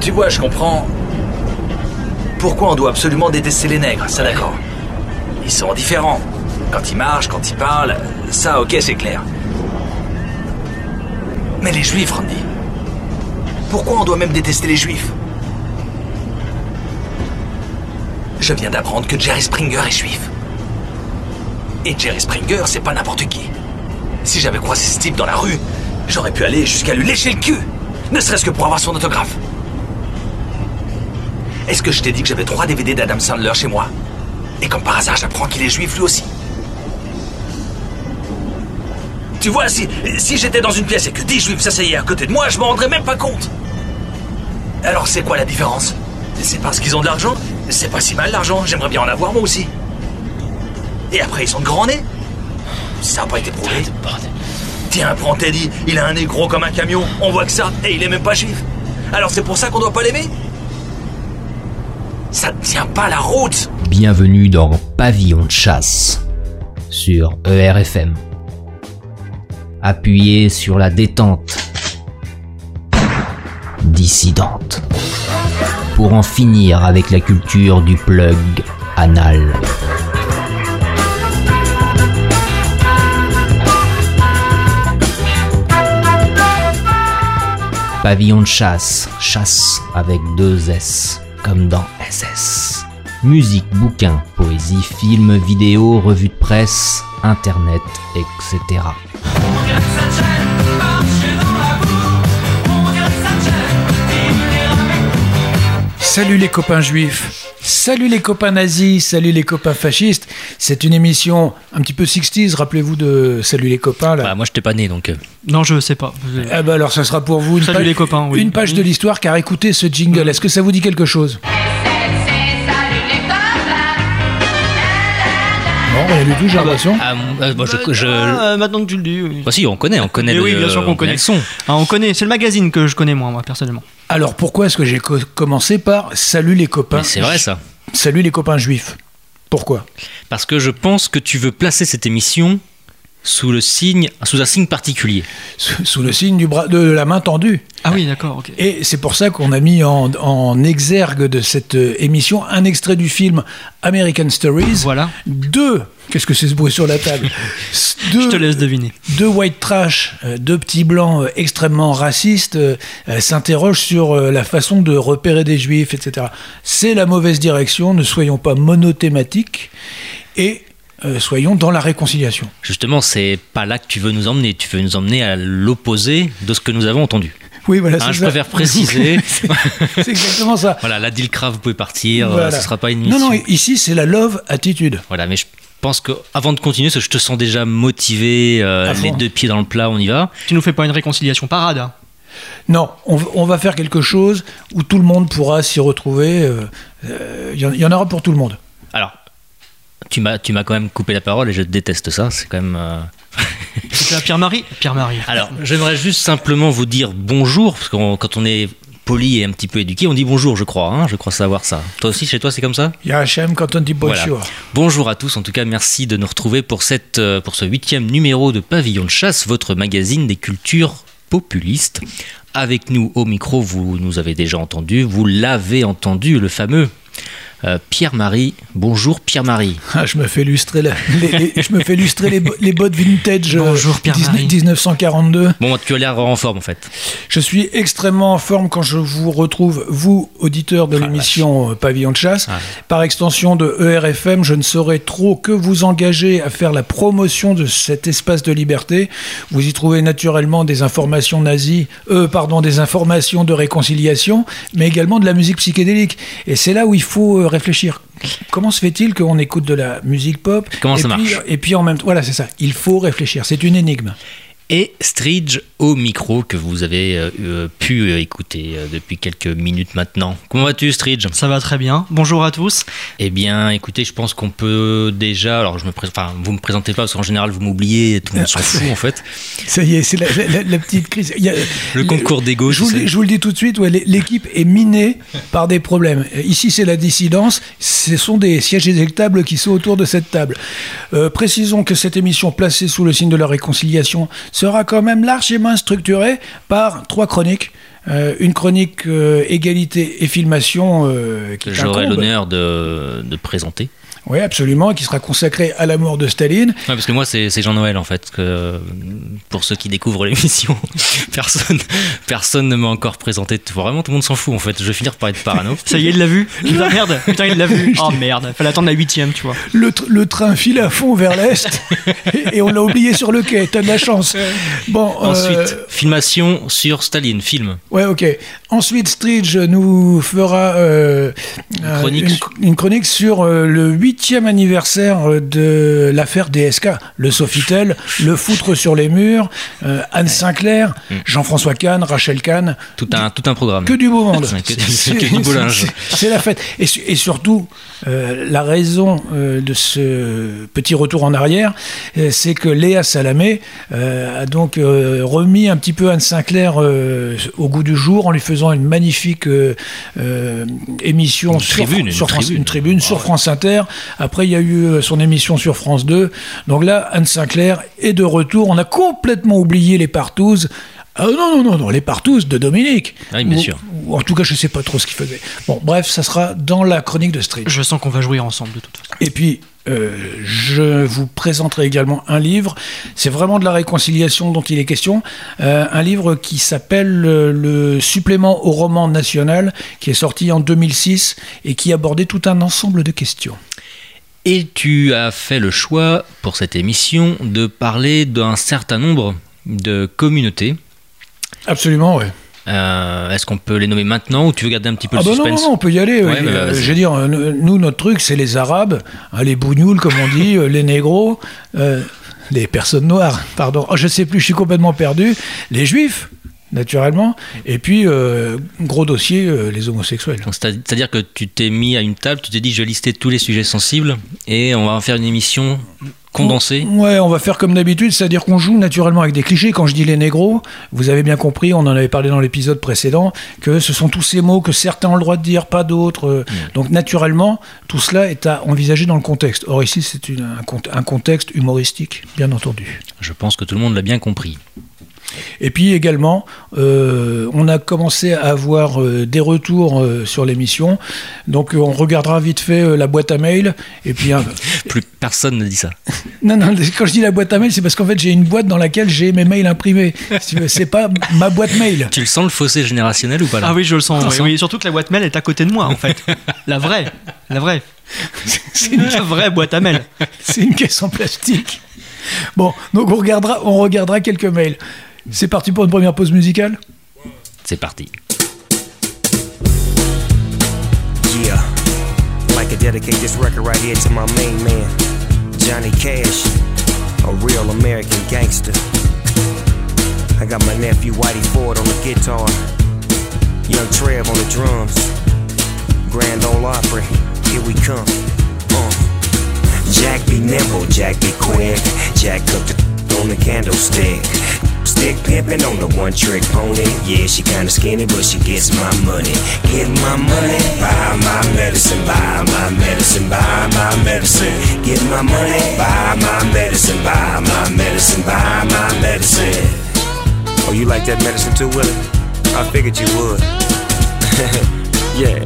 Tu vois, je comprends pourquoi on doit absolument détester les nègres, ça d'accord. Ils sont différents. Quand ils marchent, quand ils parlent, ça ok, c'est clair. Mais les juifs, Randy, pourquoi on doit même détester les juifs? Je viens d'apprendre que Jerry Springer est juif. Et Jerry Springer, c'est pas n'importe qui. Si j'avais croisé ce type dans la rue, j'aurais pu aller jusqu'à lui lécher le cul, ne serait-ce que pour avoir son autographe. Est-ce que je t'ai dit que j'avais 3 DVD d'Adam Sandler chez moi? Et comme par hasard, j'apprends qu'il est juif lui aussi. Tu vois, si j'étais dans une pièce et que 10 juifs s'asseyaient à côté de moi, je m'en rendrais même pas compte. Alors c'est quoi la différence? C'est parce qu'ils ont de l'argent? C'est pas si mal l'argent, j'aimerais bien en avoir moi aussi. Et après ils sont de grands nez? Ça n'a pas été prouvé. Tiens, prends Teddy, il a un nez gros comme un camion, on voit que ça, et il est même pas juif. Alors c'est pour ça qu'on doit pas l'aimer? Ça ne tient pas la route. Bienvenue dans Pavillon de chasse sur ERFM. Appuyez sur la détente dissidente pour en finir avec la culture du plug anal. Pavillon de chasse, chasse avec 2 S, comme dans SS. Musique, bouquins, poésie, films, vidéos, revues de presse, internet, etc. Salut les copains juifs, salut les copains nazis, salut les copains fascistes. C'est une émission un petit peu 60s, rappelez-vous de Salut les copains là. Bah, moi je t'ai pas né donc. Non, je sais pas. Ah bah alors ça sera pour vous Salut les copains, oui. Une page de l'histoire car écoutez ce jingle, est-ce que ça vous dit quelque chose? Non, rien du tout, j'ai l'impression. Maintenant que tu le dis, oui. Bah si, on connaît oui, bien sûr qu'on connaît le son. On connaît, c'est le magazine que je connais moi personnellement. Alors pourquoi est-ce que j'ai commencé par Salut les copains? Mais c'est vrai ça. Salut les copains juifs. Pourquoi? Parce que je pense que tu veux placer cette émission sous un signe particulier. Sous le signe de la main tendue. Ah oui, d'accord, ok. Et c'est pour ça qu'on a mis en exergue de cette émission un extrait du film American Stories. Voilà. Qu'est-ce que c'est ce bruit sur la table? Je te laisse deviner. 2 white trash, 2 petits blancs extrêmement racistes s'interrogent sur la façon de repérer des juifs, etc. C'est la mauvaise direction, ne soyons pas monothématiques et soyons dans la réconciliation. Justement, c'est pas là que tu veux nous emmener. Tu veux nous emmener à l'opposé de ce que nous avons entendu. Oui, voilà, je préfère préciser. c'est exactement ça. Voilà, la Dilcra, vous pouvez partir. Voilà. Ce sera pas une mission. Non, ici c'est la love attitude. Voilà, mais je pense que avant de continuer, parce que je te sens déjà motivé, les 2 pieds dans le plat, on y va. Tu nous fais pas une réconciliation parade, hein? Non, on va faire quelque chose où tout le monde pourra s'y retrouver. Il y en aura pour tout le monde. Alors, tu m'as quand même coupé la parole et je déteste ça. C'est quand même. C'est la Pierre-Marie. Alors, j'aimerais juste simplement vous dire bonjour, parce que quand on est poli et un petit peu éduqué, on dit bonjour, je crois. Hein, je crois savoir ça. Toi aussi, chez toi, c'est comme ça? Yachem quand on dit bonjour. Voilà. Bonjour à tous. En tout cas, merci de nous retrouver pour ce 8e numéro de Pavillon de chasse, votre magazine des cultures populistes. Avec nous au micro, vous nous avez déjà entendu, vous l'avez entendu, le fameux Pierre-Marie. Bonjour Pierre-Marie. Je me fais lustrer les bottes vintage. Bonjour Pierre-Marie. 1942. Bon, tu as l'air en forme en fait. Je suis extrêmement en forme quand je vous retrouve, vous, auditeurs de l'émission Pavillon de chasse. Par extension de ERFM, je ne saurais trop que vous engager à faire la promotion de cet espace de liberté. Vous y trouvez naturellement des informations nazies, des informations de réconciliation, mais également de la musique psychédélique. Et c'est là où il faut réfléchir. Comment se fait-il qu'on écoute de la musique pop? Comment ça marche? Et puis en même temps, voilà, c'est ça. Il faut réfléchir. C'est une énigme. Et Stridge au micro que vous avez pu écouter depuis quelques minutes maintenant. Comment vas-tu Stridge? Ça va très bien, bonjour à tous. Eh bien écoutez, je pense qu'on peut déjà, alors vous me présentez pas parce qu'en général vous m'oubliez, tout le monde s'en fout en fait. Ça y est, c'est la petite crise. Le concours d'ego. Je vous le dis tout de suite, l'équipe est minée par des problèmes. Ici c'est la dissidence, ce sont des sièges éjectables qui sont autour de cette table. Précisons que cette émission placée sous le signe de la réconciliation sera quand même largement structurée par 3 chroniques. une chronique égalité et filmation que j'aurai l'honneur de présenter. Oui, absolument, qui sera consacré à la mort de Staline. Ouais, parce que moi, c'est Jean-Noël, en fait. Pour ceux qui découvrent l'émission, personne ne m'a encore présenté. Vraiment, tout le monde s'en fout, en fait. Je vais finir par être parano. Ça y est, il l'a vu. Putain, merde. Putain, il l'a vu. Oh merde. Fallait attendre la 8e, tu vois. Le train file à fond vers l'est et on l'a oublié sur le quai. T'as de la chance. Bon. Ensuite, filmation sur Staline, film. Ouais, ok. Ensuite, Stridge nous fera une chronique sur le 8e anniversaire de l'affaire DSK, le Sofitel, le foutre sur les murs, Anne Sinclair, Jean-François Kahn, Rachel Kahn. Tout un programme. Que du beau monde. que du beau linge. C'est la fête. Et surtout, la raison de ce petit retour en arrière, c'est que Léa Salamé a donc remis un petit peu Anne Sinclair au goût du jour en lui faisant une magnifique émission une tribune sur France Inter. Après, il y a eu son émission sur France 2. Donc là, Anne Sinclair est de retour. On a complètement oublié les Partouzes. Ah non, les Partouzes de Dominique. Oui, bien sûr. Ou en tout cas, je ne sais pas trop ce qu'il faisait. Bon, bref, ça sera dans la chronique de Street. Je sens qu'on va jouer ensemble de toute façon. Et puis, je vous présenterai également un livre. C'est vraiment de la réconciliation dont il est question. Un livre qui s'appelle le supplément au roman national, qui est sorti en 2006 et qui abordait tout un ensemble de questions. Et tu as fait le choix, pour cette émission, de parler d'un certain nombre de communautés. Absolument, oui. Est-ce qu'on peut les nommer maintenant ou tu veux garder un petit peu le suspense ? Non, on peut y aller. Ouais, je veux dire, nous, notre truc, c'est les Arabes, les bougnoules, comme on dit, les négros, les personnes noires, pardon. Oh, je sais plus, je suis complètement perdu. Les Juifs, naturellement. Et puis, gros dossier, les homosexuels. Donc, c'est-à-dire que tu t'es mis à une table, tu t'es dit, je vais lister tous les sujets sensibles et on va en faire une émission condensée. Ouais, on va faire comme d'habitude, c'est-à-dire qu'on joue naturellement avec des clichés. Quand je dis les négros, vous avez bien compris, on en avait parlé dans l'épisode précédent, que ce sont tous ces mots que certains ont le droit de dire, pas d'autres. Donc, naturellement, tout cela est à envisager dans le contexte. Or, ici, c'est un contexte humoristique, bien entendu. Je pense que tout le monde l'a bien compris. Et puis également, on a commencé à avoir des retours sur l'émission. Donc on regardera vite fait la boîte à mail. Et puis, plus personne ne dit ça. Non, quand je dis la boîte à mail, c'est parce qu'en fait j'ai une boîte dans laquelle j'ai mes mails imprimés. C'est pas ma boîte mail. Tu le sens le fossé générationnel ou pas là ? Ah oui, je le sens. Oui, surtout que la boîte mail est à côté de moi en fait. La vraie. C'est une vraie boîte à mail. C'est une caisse en plastique. Bon, donc on regardera quelques mails. C'est parti pour une première pause musicale ? C'est parti. Yeah, I'd like to dedicate this record right here to my main man, Johnny Cash, a real American gangster. I got my nephew Whitey Ford on the guitar, Young Trev on the drums, Grand Ole Opry, here we come. Jack be nimble, Jack be quick, Jack cooked on the candlestick. Stick pimpin' on the one-trick pony. Yeah, she kinda skinny, but she gets my money. Get my money, buy my medicine, buy my medicine, buy my medicine. Get my money, buy my medicine, buy my medicine, buy my medicine. Oh, you like that medicine too, Willie? I figured you would. Yeah.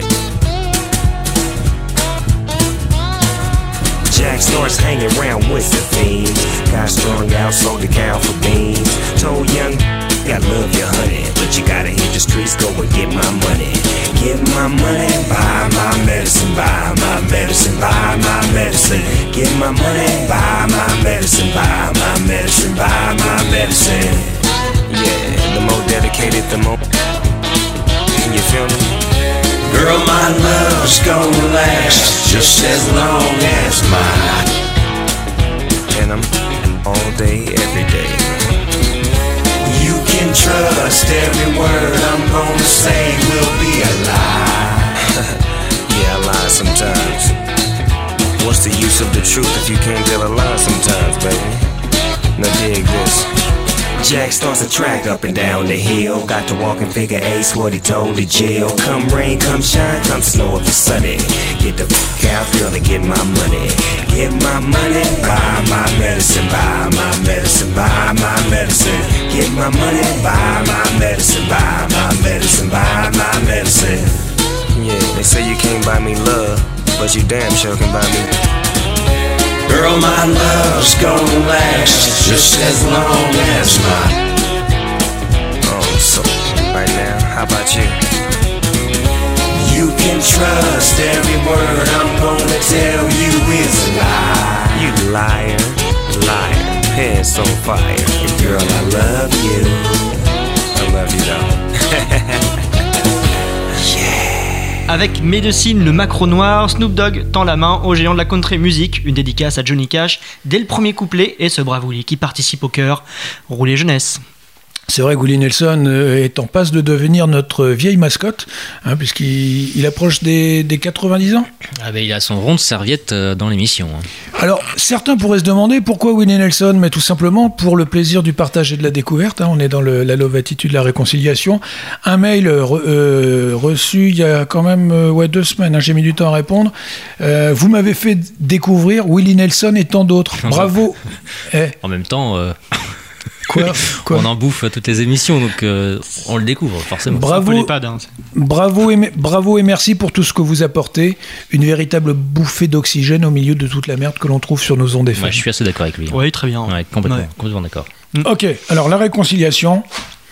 Jack starts hanging around with the fiends. Got strung out, sold the cow for beans. Told young, gotta love your honey, but you gotta hit the streets, go and get my money. Get my money, buy my medicine, buy my medicine, buy my medicine. Get my money, buy my medicine, buy my medicine, buy my medicine. Yeah, the more dedicated, the more. You feel me? Girl, my love's gonna last just as long as mine. And I'm all day, every day. You can trust every word I'm gonna say will be a lie. Yeah, I lie sometimes. What's the use of the truth if you can't tell a lie sometimes, baby? Now dig this. Jack starts a track up and down the hill. Got to walk and figure ace what he told the Jill. Come rain, come shine, come snow if it's sunny. Get the f*** out, girl, and get my money. Get my money, buy my medicine, buy my medicine, buy my medicine. Get my money, buy my medicine, buy my medicine, buy my medicine. Yeah, they say you can't buy me love, but you damn sure can buy me. Girl, my love's gonna last just as long as my. Oh, so right now, how about you? You can trust every word I'm gonna tell you is a lie. You liar, liar, pants on fire. Girl, I love you. I love you though. Avec Médecine, le macro noir, Snoop Dogg tend la main au géant de la country music, une dédicace à Johnny Cash dès le premier couplet et ce brave Willie qui participe au chœur Rouler Jeunesse. C'est vrai que Willie Nelson est en passe de devenir notre vieille mascotte, puisqu'il approche des 90 ans. Ah ben, il a son rond de serviette dans l'émission. Alors, certains pourraient se demander pourquoi Willie Nelson, mais tout simplement pour le plaisir du partage et de la découverte. On est dans la love attitude, la réconciliation. Un mail reçu il y a quand même 2 semaines, j'ai mis du temps à répondre. Vous m'avez fait découvrir Willie Nelson et tant d'autres. Bravo. En même temps... Quoi On en bouffe à toutes les émissions, donc on le découvre forcément. Bravo et merci pour tout ce que vous apportez. Une véritable bouffée d'oxygène au milieu de toute la merde que l'on trouve sur nos ondes FM. Ouais, je suis assez d'accord avec lui. Oui, très bien. Ouais, complètement d'accord. Ok, alors la réconciliation.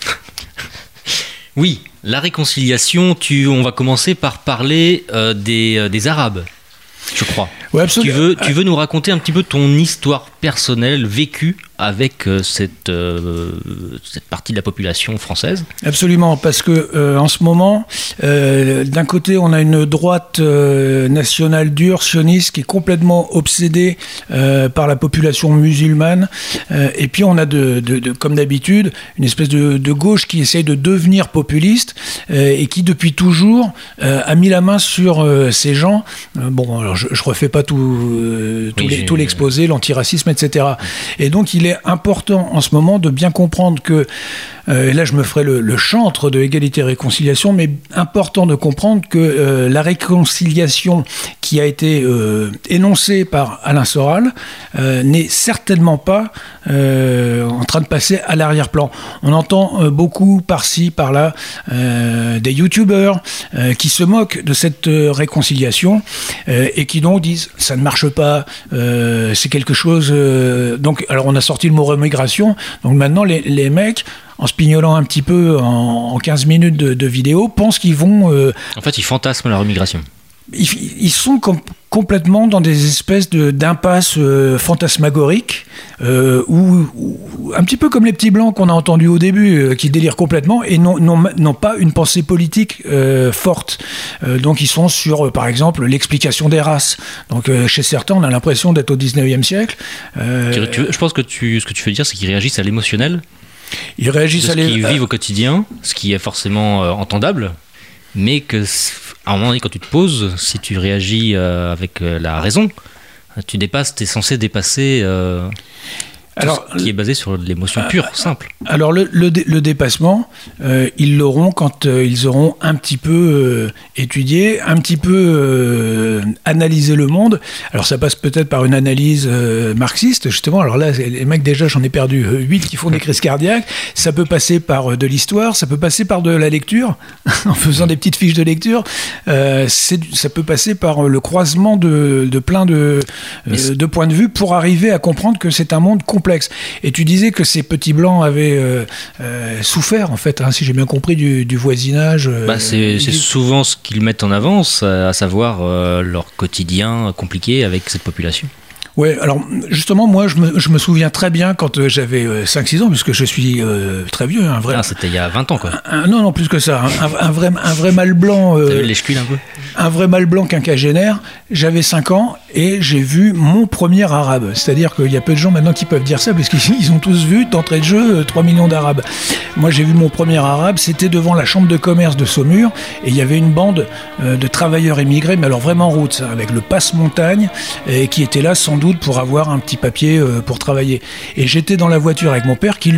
Oui, la réconciliation, on va commencer par parler des Arabes, je crois. Ouais, absolument. Tu veux nous raconter un petit peu ton histoire personnelle vécue avec cette partie de la population française? Absolument, parce que en ce moment, d'un côté, on a une droite nationale dure, sioniste, qui est complètement obsédée par la population musulmane, et puis on a comme d'habitude, une espèce de gauche qui essaye de devenir populiste, et qui depuis toujours a mis la main sur ces gens. Bon, alors je refais pas tout l'exposé, l'antiracisme, etc. Et donc il est important en ce moment de bien comprendre que, et là je me ferai le chantre de égalité et réconciliation, mais important de comprendre que la réconciliation qui a été énoncée par Alain Soral n'est certainement pas en train de passer à l'arrière-plan. On entend beaucoup par-ci, par-là des youtubeurs qui se moquent de cette réconciliation et qui donc disent ça ne marche pas, c'est quelque chose... donc, alors on a sorti le mot remigration, donc maintenant les mecs, en se pignolant un petit peu en 15 minutes de vidéo, pensent qu'ils vont... En fait, ils fantasment la remigration. Ils sont complètement dans des espèces d'impasses fantasmagoriques, ou un petit peu comme les petits blancs qu'on a entendus au début, qui délirent complètement et n'ont pas une pensée politique forte. Donc ils sont sur, par exemple, l'explication des races. Donc chez certains, on a l'impression d'être au 19e siècle. Je pense que ce que tu veux dire, c'est qu'ils réagissent à l'émotionnel. Ils réagissent à ce qu'ils vivent au quotidien, ce qui est forcément entendable, mais que... À un moment donné, quand tu te poses, si tu réagis avec la raison, t'es censé dépasser ce qui est basé sur l'émotion pure, simple. Alors le dépassement, ils l'auront quand ils auront un petit peu étudié, un petit peu analysé le monde. Alors ça passe peut-être par une analyse marxiste, justement. Alors là, les mecs, déjà, j'en ai perdu 8 qui font des crises cardiaques. Ça peut passer par de l'histoire, ça peut passer par de la lecture, en faisant des petites fiches de lecture. Ça peut passer par le croisement de plein de points de vue pour arriver à comprendre que c'est un monde complexe. Et tu disais que ces petits blancs avaient souffert, en fait, si j'ai bien compris, du voisinage. C'est souvent ce qu'ils mettent en avant, à savoir leur quotidien compliqué avec cette population. Ouais, alors justement, moi, je me souviens très bien quand j'avais 5-6 ans, puisque je suis très vieux. C'était il y a 20 ans, quoi. Non, plus que ça. Un vrai mâle blanc. T'as vu l'échecule un peu ? Un vrai mâle blanc quinquagénaire. J'avais 5 ans et j'ai vu mon premier arabe. C'est-à-dire qu'il y a peu de gens maintenant qui peuvent dire ça, parce qu'ils ont tous vu, d'entrée de jeu, 3 millions d'arabes. Moi, j'ai vu mon premier arabe, c'était devant la chambre de commerce de Saumur, et il y avait une bande de travailleurs émigrés, mais alors vraiment en route, avec le passe-montagne, et qui était là sans doute pour avoir un petit papier pour travailler. Et j'étais dans la voiture avec mon père qui, lui,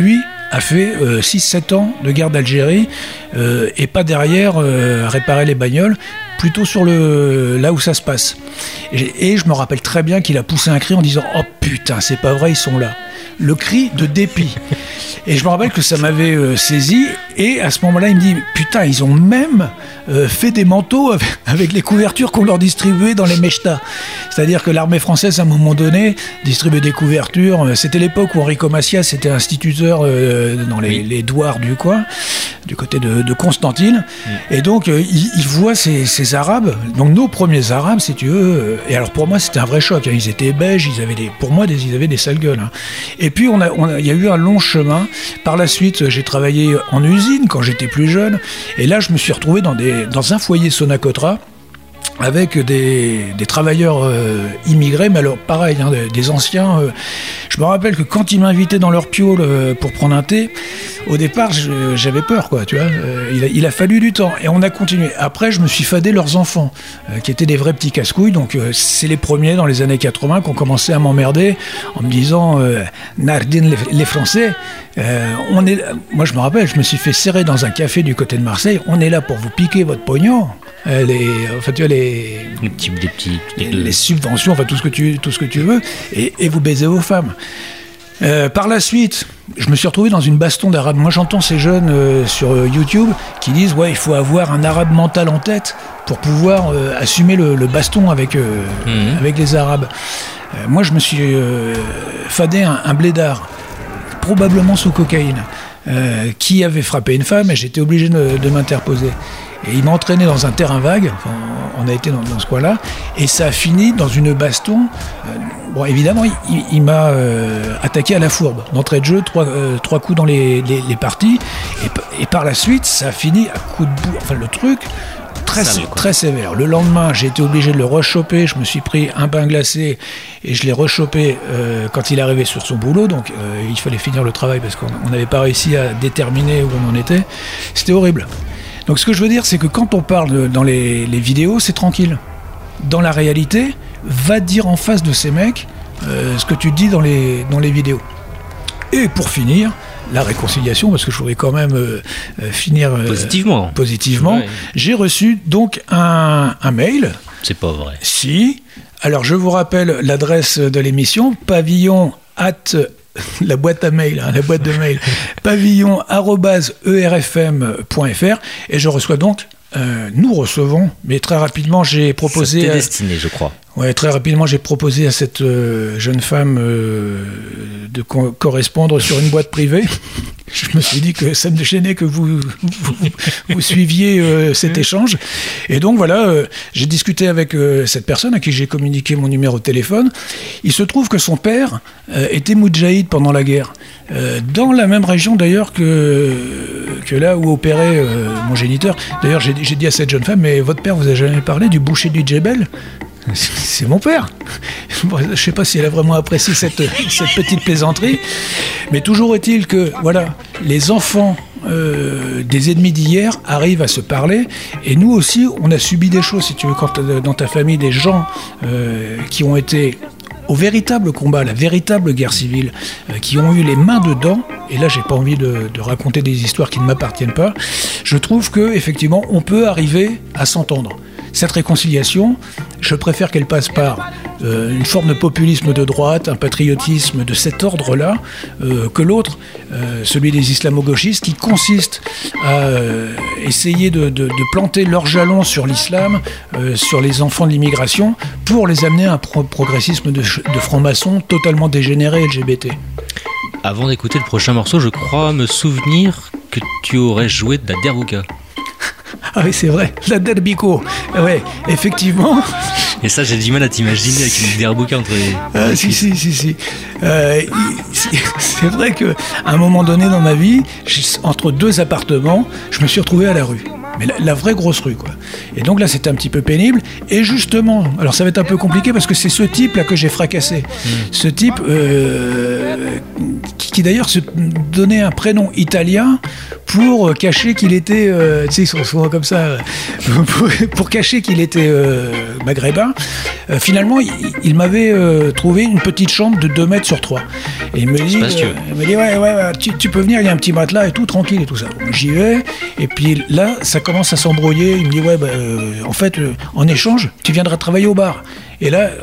a fait 6-7 ans de guerre d'Algérie et pas derrière réparer les bagnoles, plutôt sur là où ça se passe. Et je me rappelle très bien qu'il a poussé un cri en disant « Oh putain, c'est pas vrai, ils sont là ». Le cri de dépit. Et je me rappelle que ça m'avait saisi, et à ce moment-là, il me dit « Putain, ils ont même fait des manteaux avec les couvertures qu'on leur distribuait dans les mechtas ». C'est-à-dire que l'armée française, à un moment donné, distribuait des couvertures. C'était l'époque où Enrico Macias était instituteur dans les douars du coin, du côté de Constantine. Et donc, il voit ces Arabes, donc nos premiers Arabes, si tu veux. Et alors, pour moi, c'était un vrai choc. Hein. Ils étaient beiges, pour moi, ils avaient des sales gueules. Hein. Et puis, il y a eu un long chemin. Par la suite, j'ai travaillé en usine quand j'étais plus jeune. Et là, je me suis retrouvé dans un foyer Sonacotra, avec des travailleurs immigrés, mais alors pareil, hein, des anciens. Je me rappelle que quand ils m'invitaient dans leur piole pour prendre un thé, au départ, j'avais peur, quoi, tu vois. Il a fallu du temps, et on a continué. Après, je me suis fadé leurs enfants, qui étaient des vrais petits casse-couilles. Donc, c'est les premiers dans les années 80 qui ont commencé à m'emmerder en me disant Nardine, les Français. Moi, je me rappelle, je me suis fait serrer dans un café du côté de Marseille. On est là pour vous piquer votre pognon. Les subventions, enfin tout ce que tu veux, et vous baisez vos femmes. Par la suite, je me suis retrouvé dans une baston d'arabes. Moi, j'entends ces jeunes sur YouTube qui disent il faut avoir un arabe mental en tête pour pouvoir assumer le baston avec les arabes. Moi, je me suis fadé un blédard, probablement sous cocaïne, qui avait frappé une femme, et j'étais obligé de m'interposer. Et il m'a entraîné dans un terrain vague, enfin, on a été dans ce coin-là, et ça a fini dans une baston. Bon, évidemment, il m'a attaqué à la fourbe. D'entrée de jeu, trois coups dans les parties, et par la suite, ça a fini à coups de boue. Enfin, le truc, très sévère. Le lendemain, j'ai été obligé de le rechoper, je me suis pris un bain glacé, et je l'ai rechopé quand il est arrivé sur son boulot, donc il fallait finir le travail, parce qu'on n'avait pas réussi à déterminer où on en était. C'était horrible. Donc ce que je veux dire, c'est que quand on parle dans les vidéos, c'est tranquille. Dans la réalité, va dire en face de ces mecs ce que tu dis dans les vidéos. Et pour finir, la réconciliation, parce que je voudrais quand même finir positivement. Ouais. J'ai reçu donc un mail. C'est pas vrai. Si. Alors je vous rappelle l'adresse de l'émission, pavillon@ la boîte à mail, la boîte de mail, pavillon@erfm.fr, et je reçois donc, nous recevons, mais très rapidement j'ai proposé... C'était destiné, je crois. Ouais, très rapidement j'ai proposé à cette jeune femme de correspondre sur une boîte privée. Je me suis dit que ça me gênait que vous suiviez cet échange. Et donc voilà, j'ai discuté avec cette personne à qui j'ai communiqué mon numéro de téléphone. Il se trouve que son père était moudjahid pendant la guerre. Dans la même région d'ailleurs que là où opérait mon géniteur. D'ailleurs j'ai dit à cette jeune femme, mais votre père vous a jamais parlé du boucher du Djebel ? C'est mon père. Bon, je ne sais pas si elle a vraiment apprécié cette petite plaisanterie, mais toujours est-il que voilà, les enfants des ennemis d'hier arrivent à se parler, et nous aussi on a subi des choses, si tu veux, quand dans ta famille des gens qui ont été au véritable combat, la véritable guerre civile, qui ont eu les mains dedans. Et là, j'ai pas envie de raconter des histoires qui ne m'appartiennent pas. Je trouve que effectivement, on peut arriver à s'entendre. Cette réconciliation, je préfère qu'elle passe par une forme de populisme de droite, un patriotisme de cet ordre-là, que l'autre, celui des islamo-gauchistes, qui consiste à essayer de planter leurs jalons sur l'islam, sur les enfants de l'immigration, pour les amener à un progressisme de francs-maçons totalement dégénéré LGBT. Avant d'écouter le prochain morceau, je crois me souvenir que tu aurais joué de la derbouka. Ah oui, c'est vrai, la derbico. Ouais, effectivement. Et ça, j'ai du mal à t'imaginer avec une derbouka entre les... Si. C'est vrai qu'à un moment donné dans ma vie, entre deux appartements, je me suis retrouvé à la rue. Mais la vraie grosse rue, quoi. Et donc là, c'était un petit peu pénible. Et justement, alors ça va être un peu compliqué parce que c'est ce type-là que j'ai fracassé. Ce type qui d'ailleurs se donnait un prénom italien pour cacher qu'il était, tu sais, ils sont souvent comme ça, pour cacher qu'il était maghrébin. Finalement, il m'avait trouvé une petite chambre de 2 mètres sur 3. Et il me dit, ouais, tu peux venir, il y a un petit matelas et tout, tranquille et tout ça. Bon, j'y vais, et puis là, ça commence à s'embrouiller. Il me dit, en fait, en échange, tu viendras travailler au bar. Et là,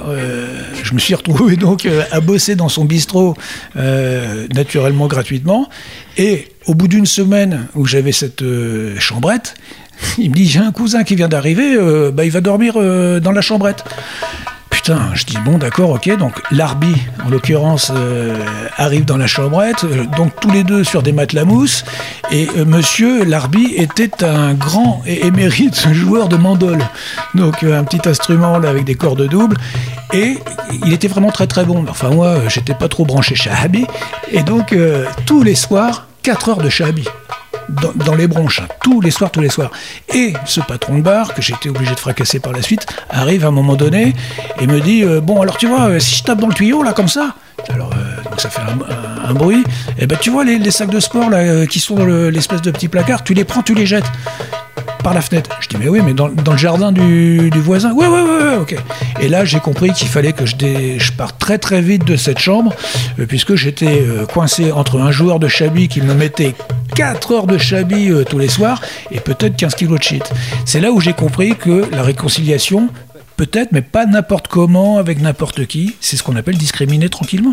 je me suis retrouvé donc à bosser dans son bistrot, naturellement gratuitement. Et au bout d'une semaine où j'avais cette chambrette, il me dit, j'ai un cousin qui vient d'arriver, il va dormir dans la chambrette. Putain, je dis bon d'accord, ok, donc l'Arbi en l'occurrence arrive dans la chambrette, donc tous les deux sur des matelas mousse, et monsieur l'Arbi était un grand et émérite joueur de mandole, donc un petit instrument là avec des cordes doubles, et il était vraiment très très bon. Enfin moi j'étais pas trop branché Shahabi, et donc tous les soirs 4 heures de Shahabi. Dans les bronches, tous les soirs. Et ce patron de bar, que j'étais obligé de fracasser par la suite, arrive à un moment donné et me dit bon, alors tu vois, si je tape dans le tuyau, là, comme ça, alors donc ça fait un bruit, et ben tu vois les sacs de sport là, qui sont dans l'espèce de petit placard, tu les prends, tu les jettes par la fenêtre. Je dis mais oui, mais dans le jardin du voisin. Ouais, ok. Et là j'ai compris qu'il fallait que je parte très très vite de cette chambre, puisque j'étais coincé entre un joueur de Shabi qui me mettait 4 heures de Shabi tous les soirs et peut-être 15 kilos de shit. C'est là où j'ai compris que la réconciliation, peut-être, mais pas n'importe comment, avec n'importe qui, c'est ce qu'on appelle discriminer tranquillement.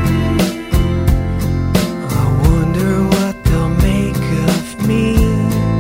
I wonder what they'll make of me.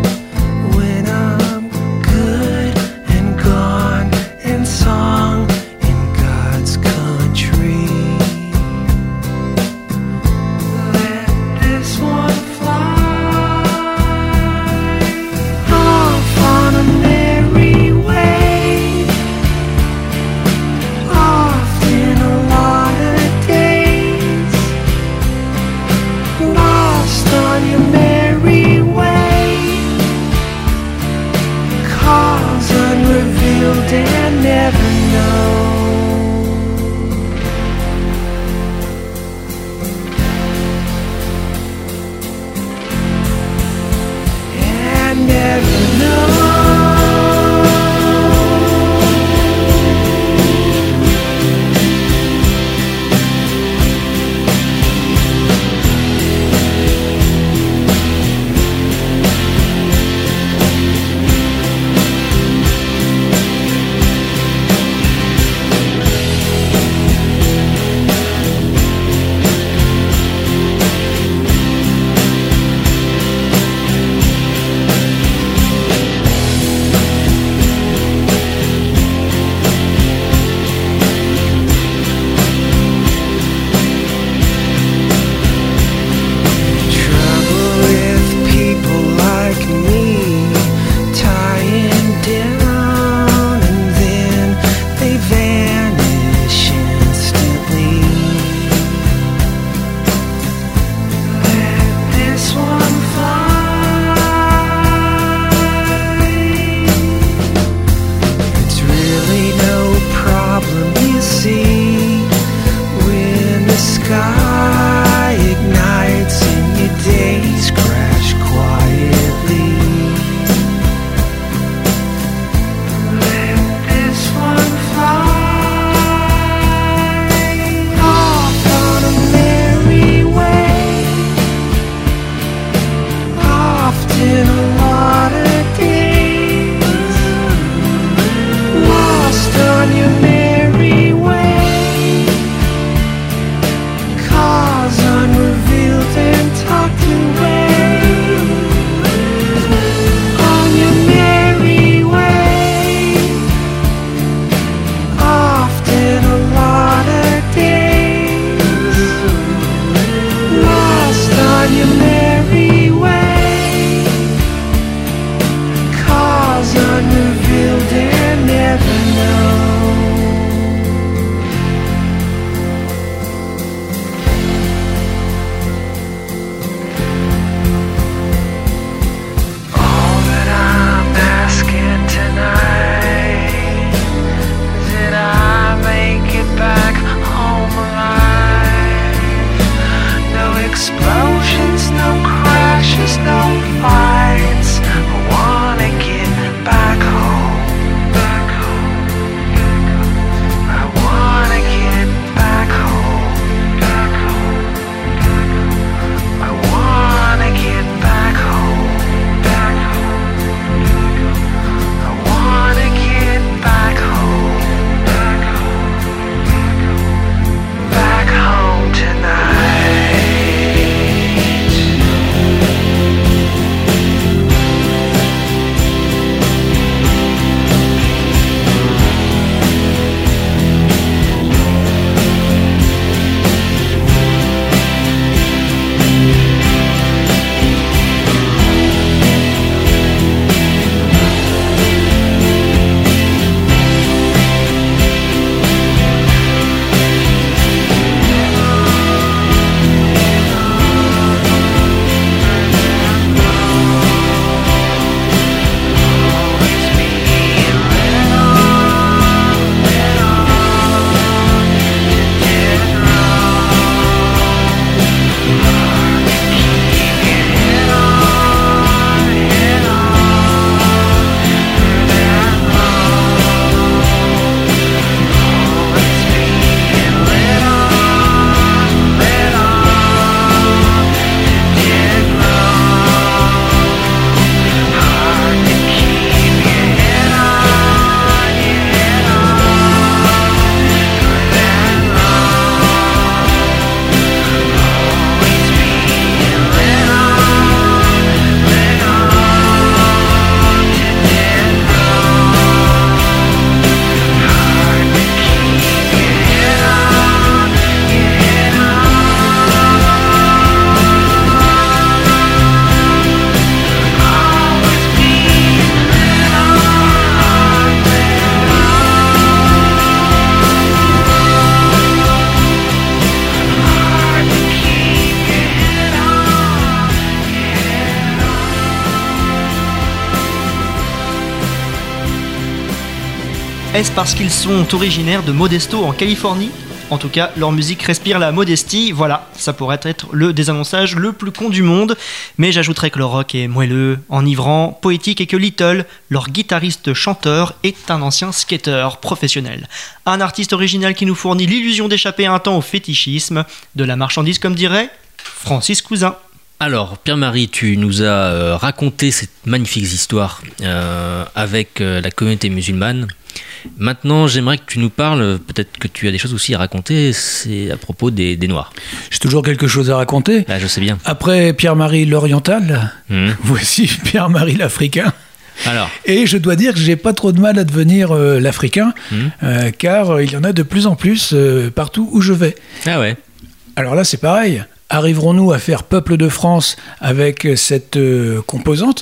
Est-ce parce qu'ils sont originaires de Modesto en Californie ? En tout cas, leur musique respire la modestie. Voilà, ça pourrait être le désannonçage le plus con du monde. Mais j'ajouterais que le rock est moelleux, enivrant, poétique et que Little, leur guitariste-chanteur, est un ancien skater professionnel. Un artiste original qui nous fournit l'illusion d'échapper un temps au fétichisme, de la marchandise comme dirait Francis Cousin. Alors, Pierre-Marie, tu nous as raconté cette magnifique histoire avec la communauté musulmane. Maintenant, j'aimerais que tu nous parles, peut-être que tu as des choses aussi à raconter, c'est à propos des Noirs. J'ai toujours quelque chose à raconter. Là, je sais bien. Après Pierre-Marie l'Oriental, voici Pierre-Marie l'Africain. Alors. Et je dois dire que j'ai pas trop de mal à devenir l'Africain, car il y en a de plus en plus partout où je vais. Ah ouais. Alors là, c'est pareil. Arriverons-nous à faire Peuple de France avec cette composante ?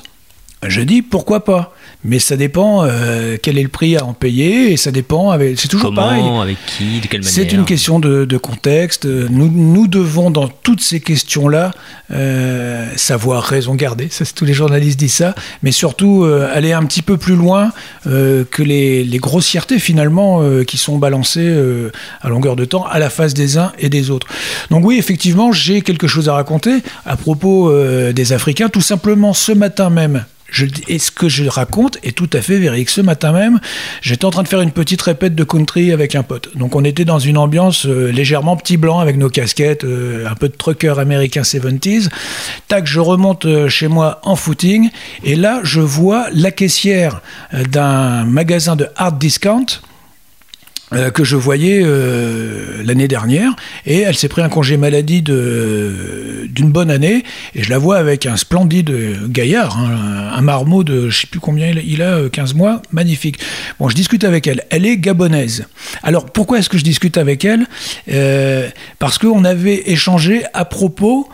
Je dis pourquoi pas, mais ça dépend quel est le prix à en payer, et ça dépend, c'est toujours pareil. Comment, avec qui, de quelle manière ? C'est une question de contexte. Nous devons, dans toutes ces questions-là, savoir raison garder. Ça, tous les journalistes disent ça, mais surtout aller un petit peu plus loin que les grossièretés finalement qui sont balancées à longueur de temps à la face des uns et des autres. Donc oui, effectivement, j'ai quelque chose à raconter à propos des Africains. Tout simplement, ce matin même, et ce que je raconte est tout à fait véridique. Ce matin même, j'étais en train de faire une petite répète de country avec un pote. Donc on était dans une ambiance légèrement petit blanc avec nos casquettes, un peu de trucker américain 70s. Tac, je remonte chez moi en footing et là je vois la caissière d'un magasin de hard discount que je voyais l'année dernière, et elle s'est pris un congé maladie d'une bonne année, et je la vois avec un splendide gaillard, un marmot de je sais plus combien il a, 15 mois, magnifique. Bon, je discute avec elle. Elle est gabonaise. Alors pourquoi est-ce que je discute avec elle ? Parce qu'on avait échangé à propos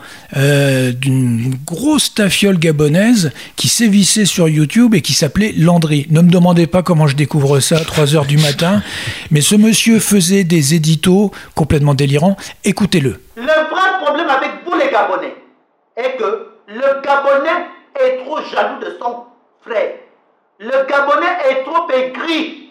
d'une grosse tafiole gabonaise qui sévissait sur YouTube et qui s'appelait Landry. Ne me demandez pas comment je découvre ça à 3h du matin, mais ce monsieur faisait des éditos complètement délirants. Écoutez-le. Le vrai problème avec vous les Gabonais est que le Gabonais est trop jaloux de son frère. Le Gabonais est trop aigri.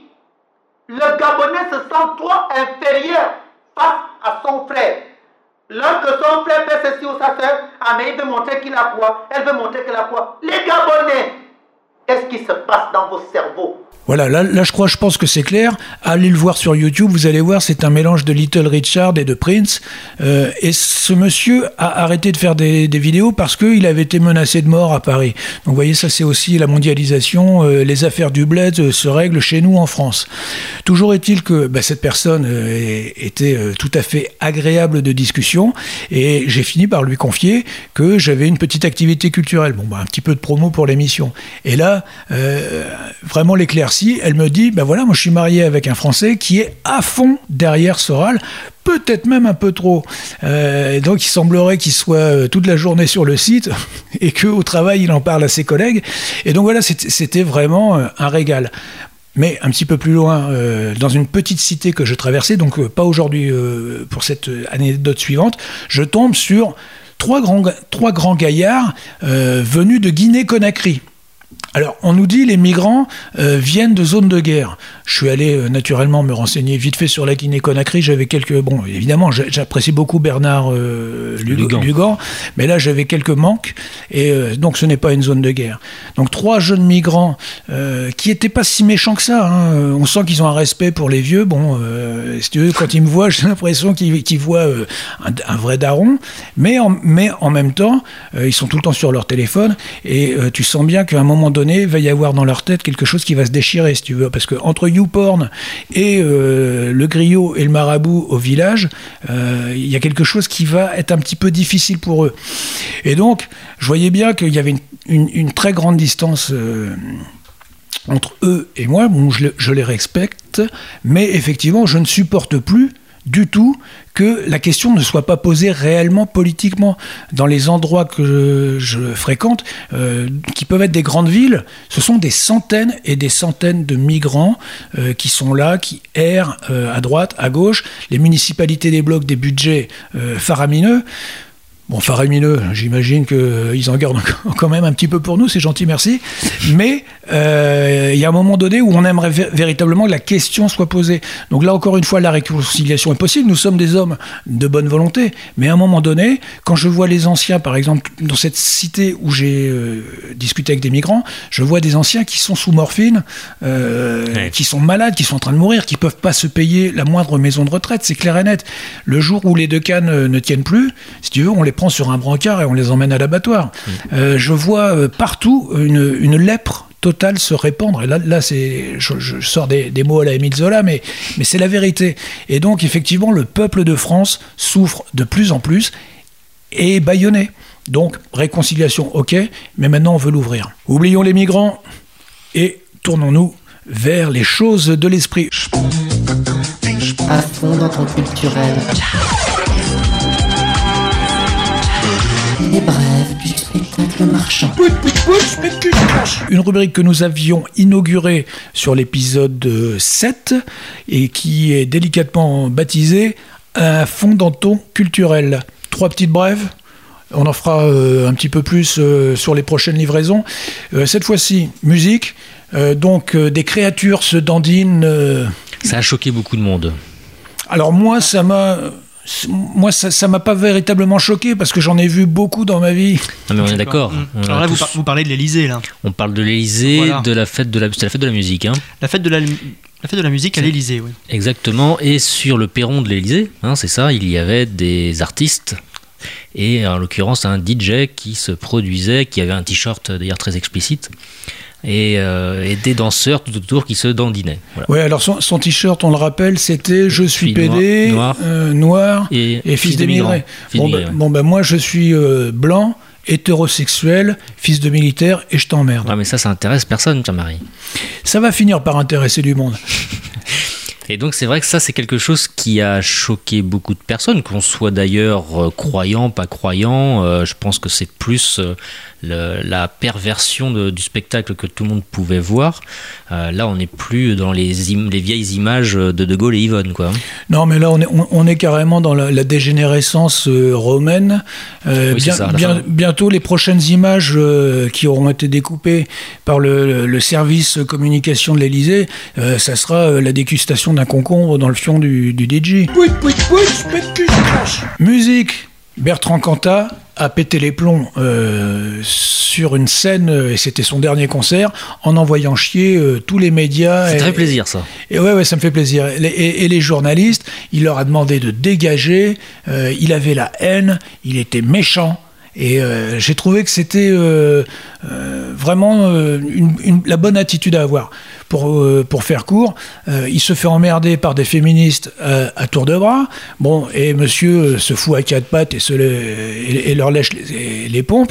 Le Gabonais se sent trop inférieur face à son frère. Lorsque son frère fait ceci ou ça fait, mais il veut montrer qu'il a quoi, elle veut montrer qu'elle a quoi. Les Gabonais, qu'est-ce qui se passe dans vos cerveaux ? Voilà, là je pense que c'est clair. Allez le voir sur YouTube, vous allez voir, c'est un mélange de Little Richard et de Prince. Et ce monsieur a arrêté de faire des vidéos parce qu'il avait été menacé de mort à Paris. Donc vous voyez, ça c'est aussi la mondialisation. Les affaires du bled se règlent chez nous en France. Toujours est-il que cette personne était tout à fait agréable de discussion, et j'ai fini par lui confier que j'avais une petite activité culturelle. Bon, un petit peu de promo pour l'émission. Et là, vraiment l'éclaircie. Elle me dit, voilà, moi je suis marié avec un Français qui est à fond derrière Soral, peut-être même un peu trop. Donc il semblerait qu'il soit toute la journée sur le site et qu'au travail il en parle à ses collègues. Et donc voilà, c'était vraiment un régal. Mais un petit peu plus loin, dans une petite cité que je traversais, donc pas aujourd'hui pour cette anecdote suivante, je tombe sur trois grands gaillards venus de Guinée-Conakry. Alors, on nous dit les migrants viennent de zones de guerre. Je suis allé naturellement me renseigner vite fait sur la Guinée-Conakry. J'avais quelques... Bon, évidemment, j'apprécie beaucoup Bernard Lugan, mais là, j'avais quelques manques. Et donc, ce n'est pas une zone de guerre. Donc, 3 jeunes migrants qui n'étaient pas si méchants que ça. On sent qu'ils ont un respect pour les vieux. Bon, si tu veux, quand ils me voient, j'ai l'impression qu'ils voient un vrai daron. Mais en même temps, ils sont tout le temps sur leur téléphone. Et tu sens bien qu'à un moment donné, il va y avoir dans leur tête quelque chose qui va se déchirer, si tu veux, parce que entre YouPorn et le griot et le marabout au village, il y a quelque chose qui va être un petit peu difficile pour eux. Et donc, je voyais bien qu'il y avait une très grande distance entre eux et moi. Bon, je les respecte, mais effectivement, je ne supporte plus du tout que la question ne soit pas posée réellement politiquement. Dans les endroits que je fréquente, qui peuvent être des grandes villes, ce sont des centaines et des centaines de migrants qui sont là, qui errent à droite, à gauche. Les municipalités débloquent des budgets faramineux. Bon, faramineux, j'imagine qu'ils en gardent quand même un petit peu pour nous, c'est gentil, merci. Mais il y a un moment donné où on aimerait véritablement que la question soit posée. Donc là, encore une fois, la réconciliation est possible. Nous sommes des hommes de bonne volonté. Mais à un moment donné, quand je vois les anciens, par exemple, dans cette cité où j'ai discuté avec des migrants, je vois des anciens qui sont sous morphine, qui sont malades, qui sont en train de mourir, qui ne peuvent pas se payer la moindre maison de retraite. C'est clair et net. Le jour où les deux cannes ne tiennent plus, si tu veux, on les prend sur un brancard et on les emmène à l'abattoir. Je vois partout une lèpre totale se répandre. Et là je sors des mots à la Émile Zola, mais c'est la vérité. Et donc, effectivement, le peuple de France souffre de plus en plus et est bâillonné. Donc, réconciliation, ok, mais maintenant, on veut l'ouvrir. Oublions les migrants et tournons-nous vers les choses de l'esprit. À fond dans ton culturel. Les brèves du spectacle marchand. Une rubrique que nous avions inaugurée sur l'épisode 7 et qui est délicatement baptisée À fond dans ton culturel. 3 petites brèves. On en fera un petit peu plus sur les prochaines livraisons. Cette fois-ci, musique. Donc, des créatures se dandinent. Ça a choqué beaucoup de monde. Alors moi, ça m'a pas véritablement choqué parce que j'en ai vu beaucoup dans ma vie. Non, mais on est d'accord. Alors là, vous parlez de l'Élysée, là. On parle de l'Élysée, voilà. De la fête de la musique. Hein. La fête de la musique à l'Élysée, oui. Exactement. Et sur le perron de l'Élysée, c'est ça, il y avait des artistes. Et en l'occurrence, un DJ qui se produisait, qui avait un t-shirt d'ailleurs très explicite. Et des danseurs tout autour qui se dandinaient. Voilà. Ouais, alors son t-shirt, on le rappelle, c'était « Je suis PD, noir et fils d'émigré ». Moi, je suis blanc, hétérosexuel, fils de militaire, et je t'emmerde. Ah, mais ça intéresse personne, Pierre-Marie. Ça va finir par intéresser du monde. Et donc c'est vrai que ça c'est quelque chose qui a choqué beaucoup de personnes, qu'on soit d'ailleurs croyant, pas croyant. Je pense que c'est plus la perversion du spectacle que tout le monde pouvait voir. Là on n'est plus dans les vieilles images de Gaulle et Yvonne, quoi. Non, mais là on est carrément dans la dégénérescence romaine. Oui, Bientôt les prochaines images qui auront été découpées par le service communication de l'Élysée, ça sera la dégustation d'un concombre dans le fion du DJ. Musique. Bertrand Cantat a pété les plombs sur une scène, et c'était son dernier concert, en envoyant chier tous les médias. C'est très plaisir, ça. Et ouais, ça me fait plaisir. Et les journalistes, il leur a demandé de dégager, il avait la haine, il était méchant. Et j'ai trouvé que c'était vraiment la bonne attitude à avoir. Pour faire court, il se fait emmerder par des féministes à tour de bras. Bon, et monsieur se fout à quatre pattes et leur lèche les pompes.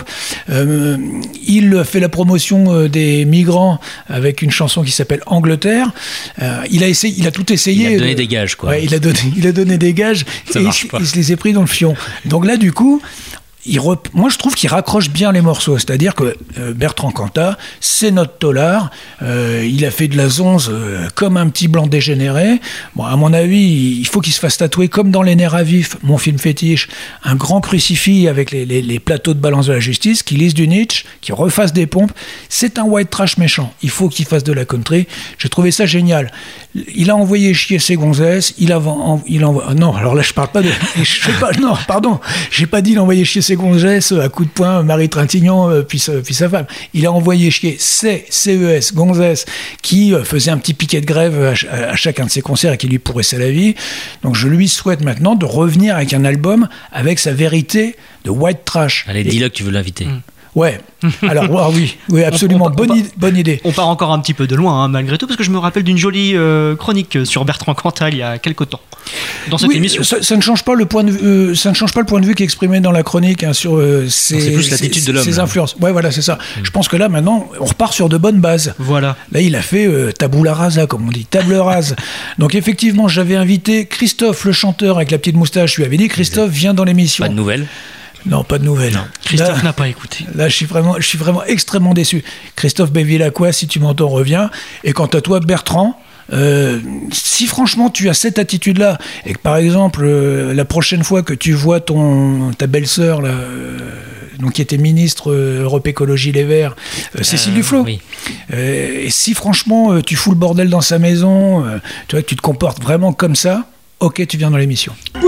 Il fait la promotion des migrants avec une chanson qui s'appelle Angleterre. Il a tout essayé. Il a donné des gages, quoi. Ouais, il a donné des gages. Ça marche pas. Il se les a pris dans le fion. Donc là, du coup, moi, je trouve qu'il raccroche bien les morceaux. C'est-à-dire que Bertrand Cantat, c'est notre tolard. Il a fait de la zonze comme un petit blanc dégénéré. Bon, à mon avis, il faut qu'il se fasse tatouer, comme dans Les Nerfs à vif, mon film fétiche, un grand crucifix avec les plateaux de balance de la justice, qui lise du Nietzsche, qui refasse des pompes. C'est un white trash méchant. Il faut qu'il fasse de la country. J'ai trouvé ça génial. Il a envoyé chier ses gonzesses. Non, alors là, je parle pas de... Non, pardon. J'ai pas dit d'envoyer chier ses gonzesses à coups de poing, Marie Trintignant, puis sa femme. Il a envoyé chier CES, gonzesses, qui faisait un petit piquet de grève à chacun de ses concerts et qui lui pourrissait la vie. Donc je lui souhaite maintenant de revenir avec un album avec sa vérité de white trash. Allez, dis-le que tu veux l'inviter. Ouais, alors oui, absolument, bonne idée. On part encore un petit peu de loin, malgré tout, parce que je me rappelle d'une jolie chronique sur Bertrand Cantat il y a quelque temps, dans cette émission. Ça ne change pas le point de vue qui est exprimé dans la chronique sur c'est plus l'attitude de l'homme, ses influences. Ouais, voilà, c'est ça. Je pense que là, maintenant, on repart sur de bonnes bases. Voilà. Là, il a fait tabula rasa, comme on dit, table rase. Donc effectivement, j'avais invité Christophe, le chanteur avec la petite moustache. Je lui avais dit, Christophe, viens dans l'émission. Pas de nouvelles. Non, pas de nouvelles. Christophe n'a pas écouté. Là, je suis vraiment extrêmement déçu. Christophe Béville-Lacroix, si tu m'entends, reviens. Et quant à toi, Bertrand, Si franchement tu as cette attitude-là, et que par exemple, la prochaine fois que tu vois ta belle-sœur, là, donc qui était ministre Europe Écologie Les Verts, Cécile Duflot, oui. Et si franchement tu fous le bordel dans sa maison, tu vois, que tu te comportes vraiment comme ça, ok, tu viens dans l'émission.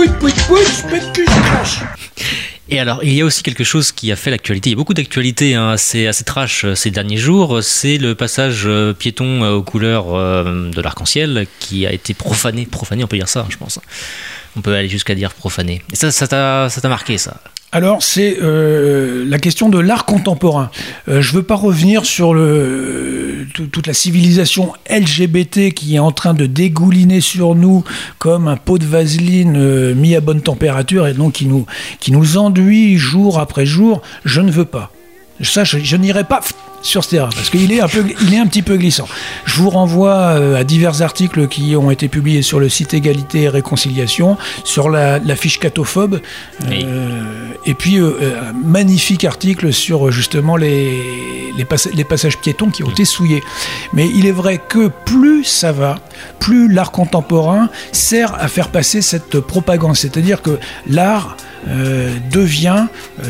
Et alors, il y a aussi quelque chose qui a fait l'actualité. Il y a beaucoup d'actualités assez trash ces derniers jours. C'est le passage piéton aux couleurs de l'arc-en-ciel qui a été profané, on peut dire ça, je pense. On peut aller jusqu'à dire profané. Et ça t'a marqué, ça? Alors, c'est la question de l'art contemporain. Je ne veux pas revenir sur toute la civilisation LGBT qui est en train de dégouliner sur nous comme un pot de vaseline mis à bonne température et donc qui nous enduit jour après jour. Je ne veux pas. Ça, je n'irai pas sur ce terrain parce qu'il est un petit peu glissant. Je vous renvoie à divers articles qui ont été publiés sur le site Égalité et Réconciliation, sur la fiche catophobe, oui. Et puis un magnifique article sur justement les passages piétons qui ont été souillés. Mais il est vrai que plus ça va, plus l'art contemporain sert à faire passer cette propagande. C'est-à-dire que l'art devient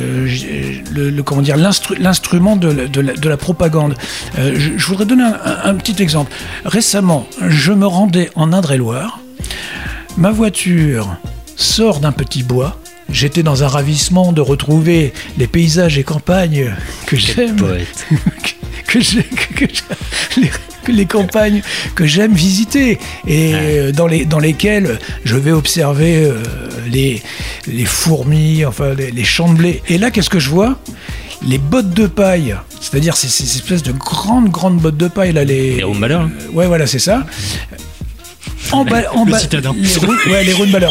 l'instrument de la propagande. Je voudrais donner un petit exemple. Récemment, je me rendais en Indre-et-Loire. Ma voiture sort d'un petit bois. J'étais dans un ravissement de retrouver les paysages et campagnes que j'aime. Les campagnes que j'aime visiter et dans lesquelles je vais observer les fourmis, enfin les champs de blé. Et là, qu'est-ce que je vois ? Les bottes de paille, c'est-à-dire ces espèces de grandes bottes de paille là, les Roundballers. Ouais, voilà, c'est ça. Les Roundballers.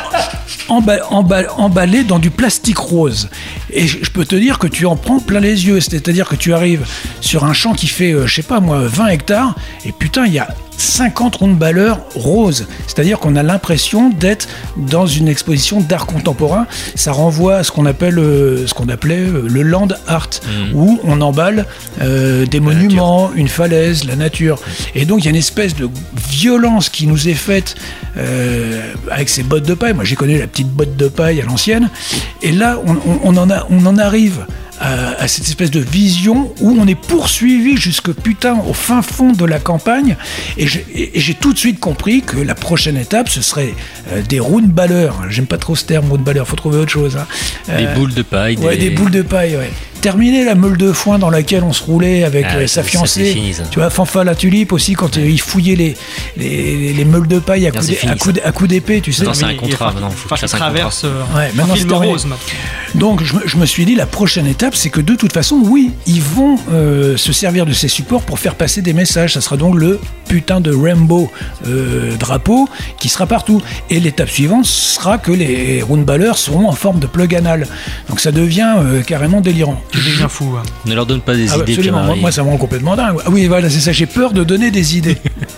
Emballé dans du plastique rose. Et je peux te dire que tu en prends plein les yeux. C'est-à-dire que tu arrives sur un champ qui fait, 20 hectares, et putain, il y a 50 roundballers roses. C'est-à-dire qu'on a l'impression d'être dans une exposition d'art contemporain. Ça renvoie à ce qu'on appelait le land art, où on emballe des monuments, une falaise, la nature. Et donc il y a une espèce de violence qui nous est faite avec ces bottes de paille. Moi j'ai connu la petite botte de paille à l'ancienne. Et là on en arrive à cette espèce de vision où on est poursuivi jusque au fin fond de la campagne, et j'ai tout de suite compris que la prochaine étape ce serait des roundballers. J'aime pas trop ce terme roundballer, faut trouver autre chose, hein. Des boules de paille. Des boules de paille, ouais. Terminer la meule de foin dans laquelle on se roulait avec sa fiancée. Fini, tu vois, Fanfa la tulipe aussi, quand il fouillait les meules de paille à coups d'épée, tu sais. Non, c'est un contrat, maintenant. Faut que ça traverse un film rose. Donc je me suis dit, la prochaine étape, c'est que de toute façon, oui, ils vont se servir de ces supports pour faire passer des messages. Ça sera donc le putain de rainbow drapeau qui sera partout. Et l'étape suivante sera que les roundballers seront en forme de plug anal. Donc ça devient carrément délirant. C'est déjà fou. Hein. Ne leur donne pas des idées. Absolument. Moi, ça me rend complètement dingue. Ah oui, voilà, c'est ça. J'ai peur de donner des idées.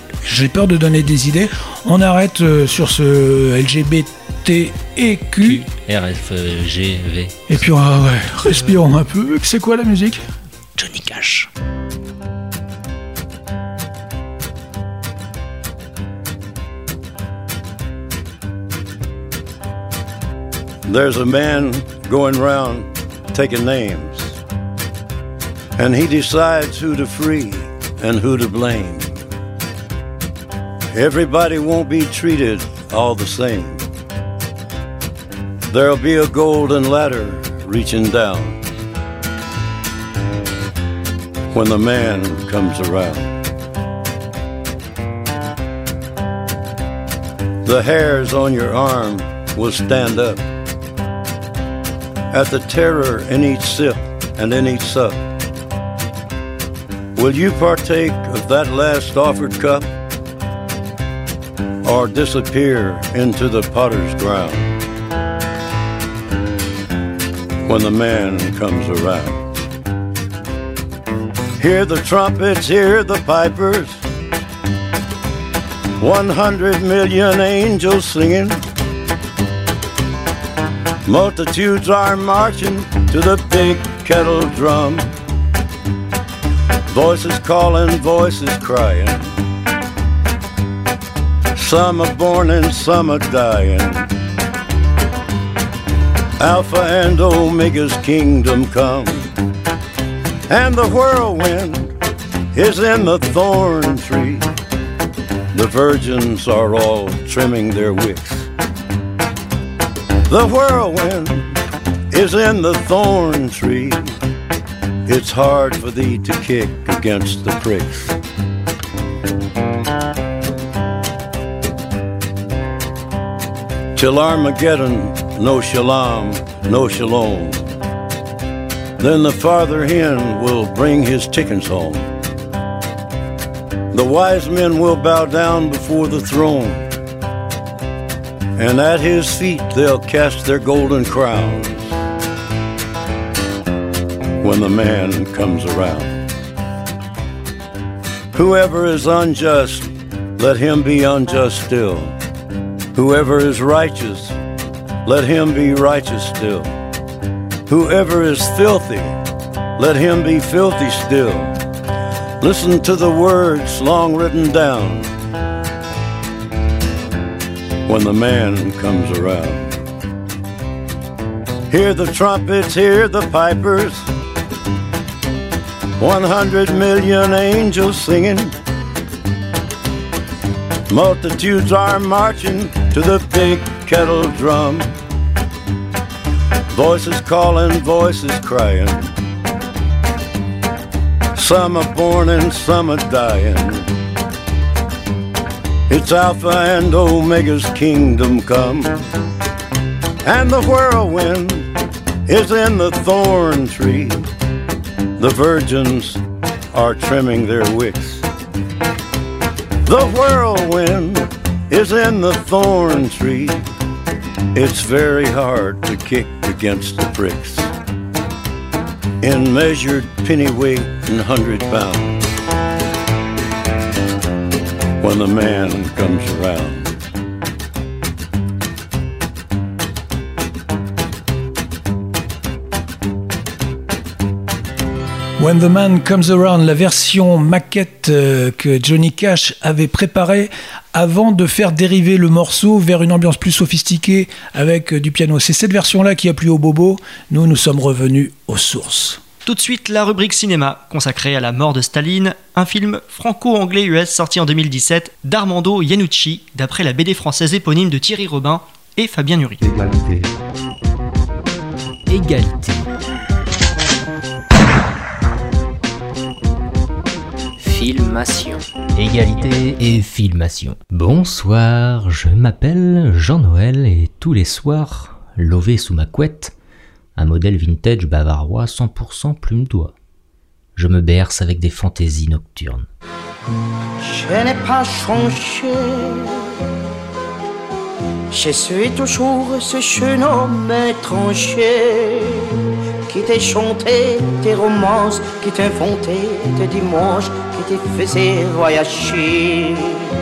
On arrête sur ce LGBTQ. RFGV. Et puis, respirons un peu. C'est quoi la musique ? Johnny Cash. There's a man going round taking names, and he decides who to free and who to blame. Everybody won't be treated all the same. There'll be a golden ladder reaching down when the man comes around. The hairs on your arm will stand up at the terror in each sip and in each sup. Will you partake of that last offered cup, or disappear into the potter's ground when the man comes around? Hear the trumpets, hear the pipers, 100 million angels singing. Multitudes are marching to the big kettle drum. Voices calling, voices crying. Some are born and some are dying. Alpha and Omega's kingdom come, and the whirlwind is in the thorn tree. The virgins are all trimming their wicks. The whirlwind is in the thorn tree. It's hard for thee to kick against the pricks. Till Armageddon, no shalom, no shalom. Then the father hen will bring his chickens home. The wise men will bow down before the throne, and at his feet they'll cast their golden crowns when the man comes around. Whoever is unjust, let him be unjust still. Whoever is righteous, let him be righteous still. Whoever is filthy, let him be filthy still. Listen to the words long written down when the man comes around. Hear the trumpets, hear the pipers, 100 million angels singing. Multitudes are marching to the big kettle drum. Voices calling, voices crying. Some are born and some are dying. It's Alpha and Omega's kingdom come, and the whirlwind is in the thorn tree. The virgins are trimming their wicks. The whirlwind is in the thorn tree. It's very hard to kick against the pricks. In measured pennyweight and 100 pounds, when the man comes around. When the Man Comes Around, la version maquette que Johnny Cash avait préparée avant de faire dériver le morceau vers une ambiance plus sophistiquée avec du piano. C'est cette version-là qui a plu au bobo. Nous sommes revenus aux sources. Tout de suite, la rubrique cinéma, consacrée à la mort de Staline, un film franco-anglais-US sorti en 2017 d'Armando Iannucci, d'après la BD française éponyme de Thierry Robin et Fabien Nury. Égalité. Égalité. Filmation. Égalité et filmation. Bonsoir, je m'appelle Jean-Noël et tous les soirs, lové sous ma couette, un modèle vintage bavarois 100% plume d'oie. Je me berce avec des fantaisies nocturnes. Je n'ai pas changé, je suis toujours ce jeune homme étranger qui t'a chanté tes romances, qui t'inventait tes dimanches, qui te faisait voyager.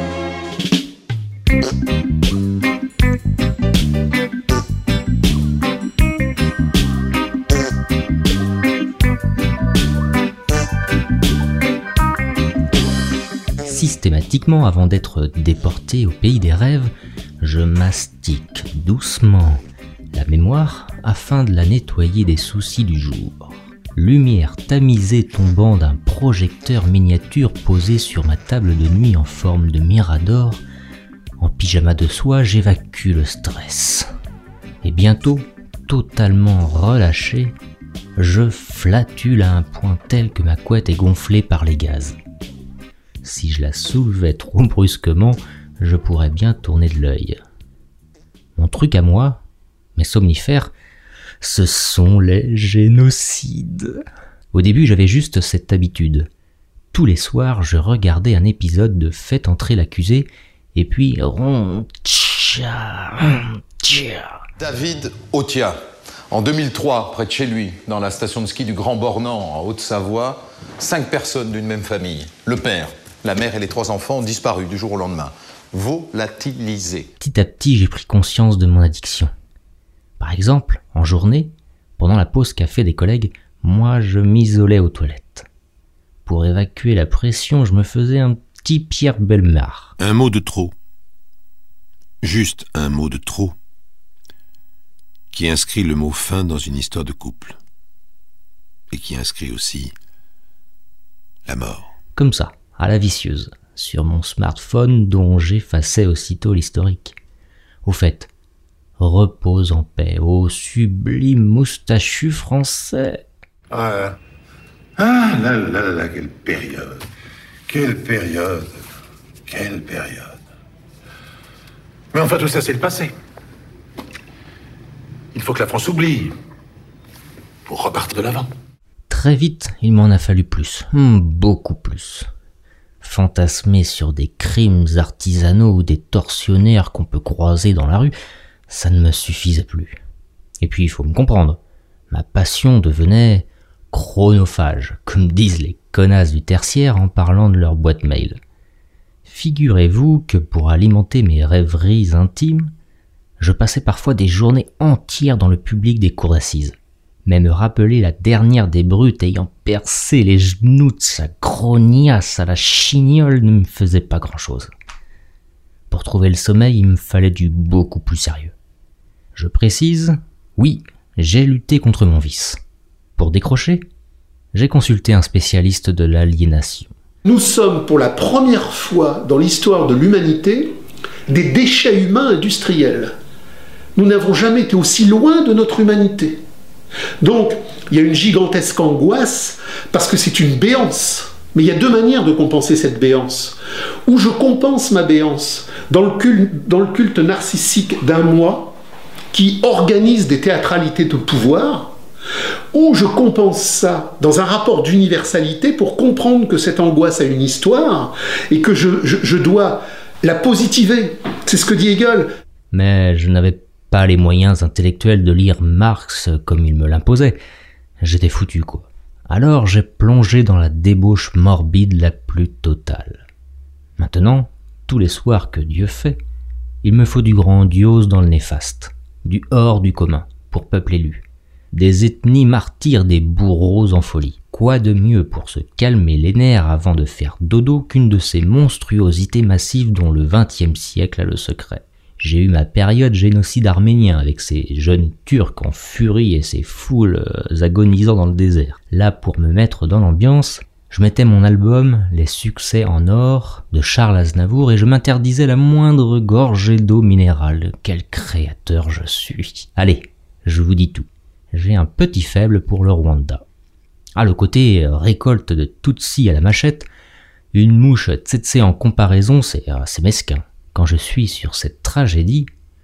Systématiquement, avant d'être déporté au pays des rêves, je mastique doucement la mémoire afin de la nettoyer des soucis du jour. Lumière tamisée tombant d'un projecteur miniature posé sur ma table de nuit en forme de mirador, en pyjama de soie, j'évacue le stress. Et bientôt, totalement relâché, je flatule à un point tel que ma couette est gonflée par les gaz. Si je la soulevais trop brusquement, je pourrais bien tourner de l'œil. Mon truc à moi, mes somnifères, ce sont les génocides. Au début, j'avais juste cette habitude. Tous les soirs, je regardais un épisode de Faites entrer l'accusé, et puis David Otia. En 2003, près de chez lui, dans la station de ski du Grand Bornand, en Haute-Savoie, 5 personnes d'une même famille. Le père, la mère et les 3 enfants ont disparu du jour au lendemain. Volatilisés. Petit à petit, j'ai pris conscience de mon addiction. Par exemple, en journée, pendant la pause café des collègues, moi je m'isolais aux toilettes. Pour évacuer la pression, je me faisais un petit Pierre Bellemare. Un mot de trop. juste un mot de trop qui inscrit le mot fin dans une histoire de couple et qui inscrit aussi la mort. Comme ça, à la vicieuse, sur mon smartphone dont j'effaçais aussitôt l'historique. Au fait, repose en paix, ô sublime moustachu français. Ah là là là là, quelle période. Quelle période. Quelle période. Mais enfin, tout ça, c'est le passé. Il faut que la France oublie pour repartir de l'avant. Très vite, il m'en a fallu plus, beaucoup plus. Fantasmer sur des crimes artisanaux ou des tortionnaires qu'on peut croiser dans la rue, ça ne me suffisait plus. Et puis, il faut me comprendre, ma passion devenait chronophage, comme disent les connasses du tertiaire en parlant de leur boîte mail. Figurez-vous que pour alimenter mes rêveries intimes, je passais parfois des journées entières dans le public des cours d'assises. Mais me rappeler la dernière des brutes ayant percé les genoux de sa grognasse à la chignole ne me faisait pas grand-chose. Pour trouver le sommeil, il me fallait du beaucoup plus sérieux. Je précise, oui, j'ai lutté contre mon vice. Pour décrocher, j'ai consulté un spécialiste de l'aliénation. Nous sommes pour la première fois dans l'histoire de l'humanité des déchets humains industriels. Nous n'avons jamais été aussi loin de notre humanité. Donc, il y a une gigantesque angoisse parce que c'est une béance. Mais il y a deux manières de compenser cette béance. Ou je compense ma béance dans le culte narcissique d'un moi qui organise des théâtralités de pouvoir, ou je compense ça dans un rapport d'universalité pour comprendre que cette angoisse a une histoire et que je dois la positiver. C'est ce que dit Hegel. Mais je n'avais pas les moyens intellectuels de lire Marx comme il me l'imposait. J'étais foutu, quoi. Alors j'ai plongé dans la débauche morbide la plus totale. Maintenant, tous les soirs que Dieu fait, il me faut du grandiose dans le néfaste, du hors du commun, pour peuple élu. Des ethnies martyrs, des bourreaux en folie. Quoi de mieux pour se calmer les nerfs avant de faire dodo qu'une de ces monstruosités massives dont le XXe siècle a le secret. J'ai eu ma période génocide arménien avec ces jeunes Turcs en furie et ces foules agonisant dans le désert. Là, pour me mettre dans l'ambiance, je mettais mon album « Les succès en or » de Charles Aznavour et je m'interdisais la moindre gorgée d'eau minérale. Quel créateur je suis. Allez, je vous dis tout. J'ai un petit faible pour le Rwanda. Ah, le côté récolte de Tutsi à la machette, une mouche tsetse en comparaison, c'est mesquin. Quand je suis sur cette tragédie,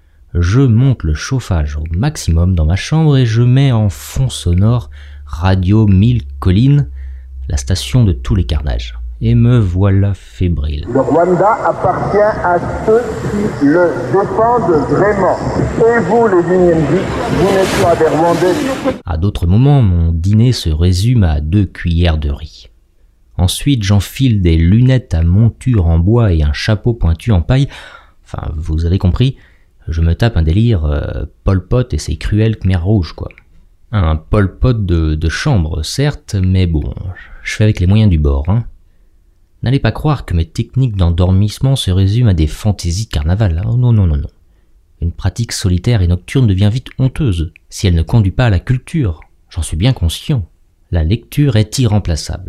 je monte le chauffage au maximum dans ma chambre et je mets en fond sonore Radio 1000 Collines, la station de tous les carnages. Et me voilà fébrile. Le Rwanda appartient à ceux qui le défendent vraiment. Et vous, les Inyembi, vous n'êtes pas des Rwandais. À d'autres moments, mon dîner se résume à 2 cuillères de riz. Ensuite, j'enfile des lunettes à monture en bois et un chapeau pointu en paille. Enfin, vous avez compris, je me tape un délire Pol Pot et ses cruelles Khmers rouges, quoi. Un Pol Pot de chambre, certes, mais bon, je fais avec les moyens du bord, hein. N'allez pas croire que mes techniques d'endormissement se résument à des fantaisies carnaval. Oh non, non, non, non. Une pratique solitaire et nocturne devient vite honteuse, si elle ne conduit pas à la culture. J'en suis bien conscient. La lecture est irremplaçable.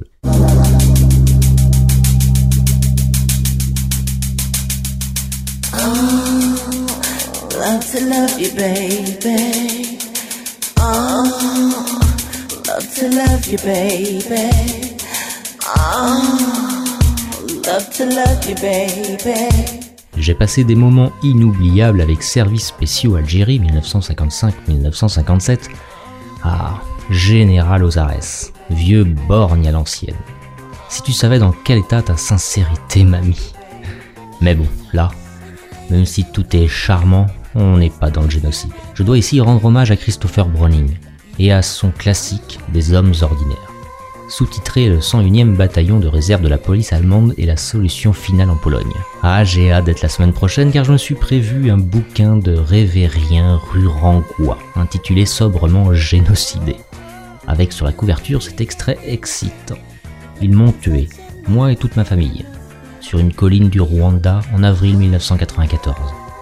Love to love you, baby. Oh, love to love you, baby. Oh, love to love you, baby. J'ai passé des moments inoubliables avec Services spéciaux Algérie 1955-1957. Ah, Général Ozares, vieux borgne à l'ancienne. Si tu savais dans quel état ta sincérité m'a mis. Mais bon, là, même si tout est charmant, on n'est pas dans le génocide. Je dois ici rendre hommage à Christopher Browning et à son classique des hommes ordinaires. Sous-titré le 101e bataillon de réserve de la police allemande et la solution finale en Pologne. Ah, j'ai hâte d'être la semaine prochaine car je me suis prévu un bouquin de révérien rurangois intitulé sobrement Génocidé. Avec sur la couverture cet extrait excitant. Ils m'ont tué, moi et toute ma famille, sur une colline du Rwanda en avril 1994.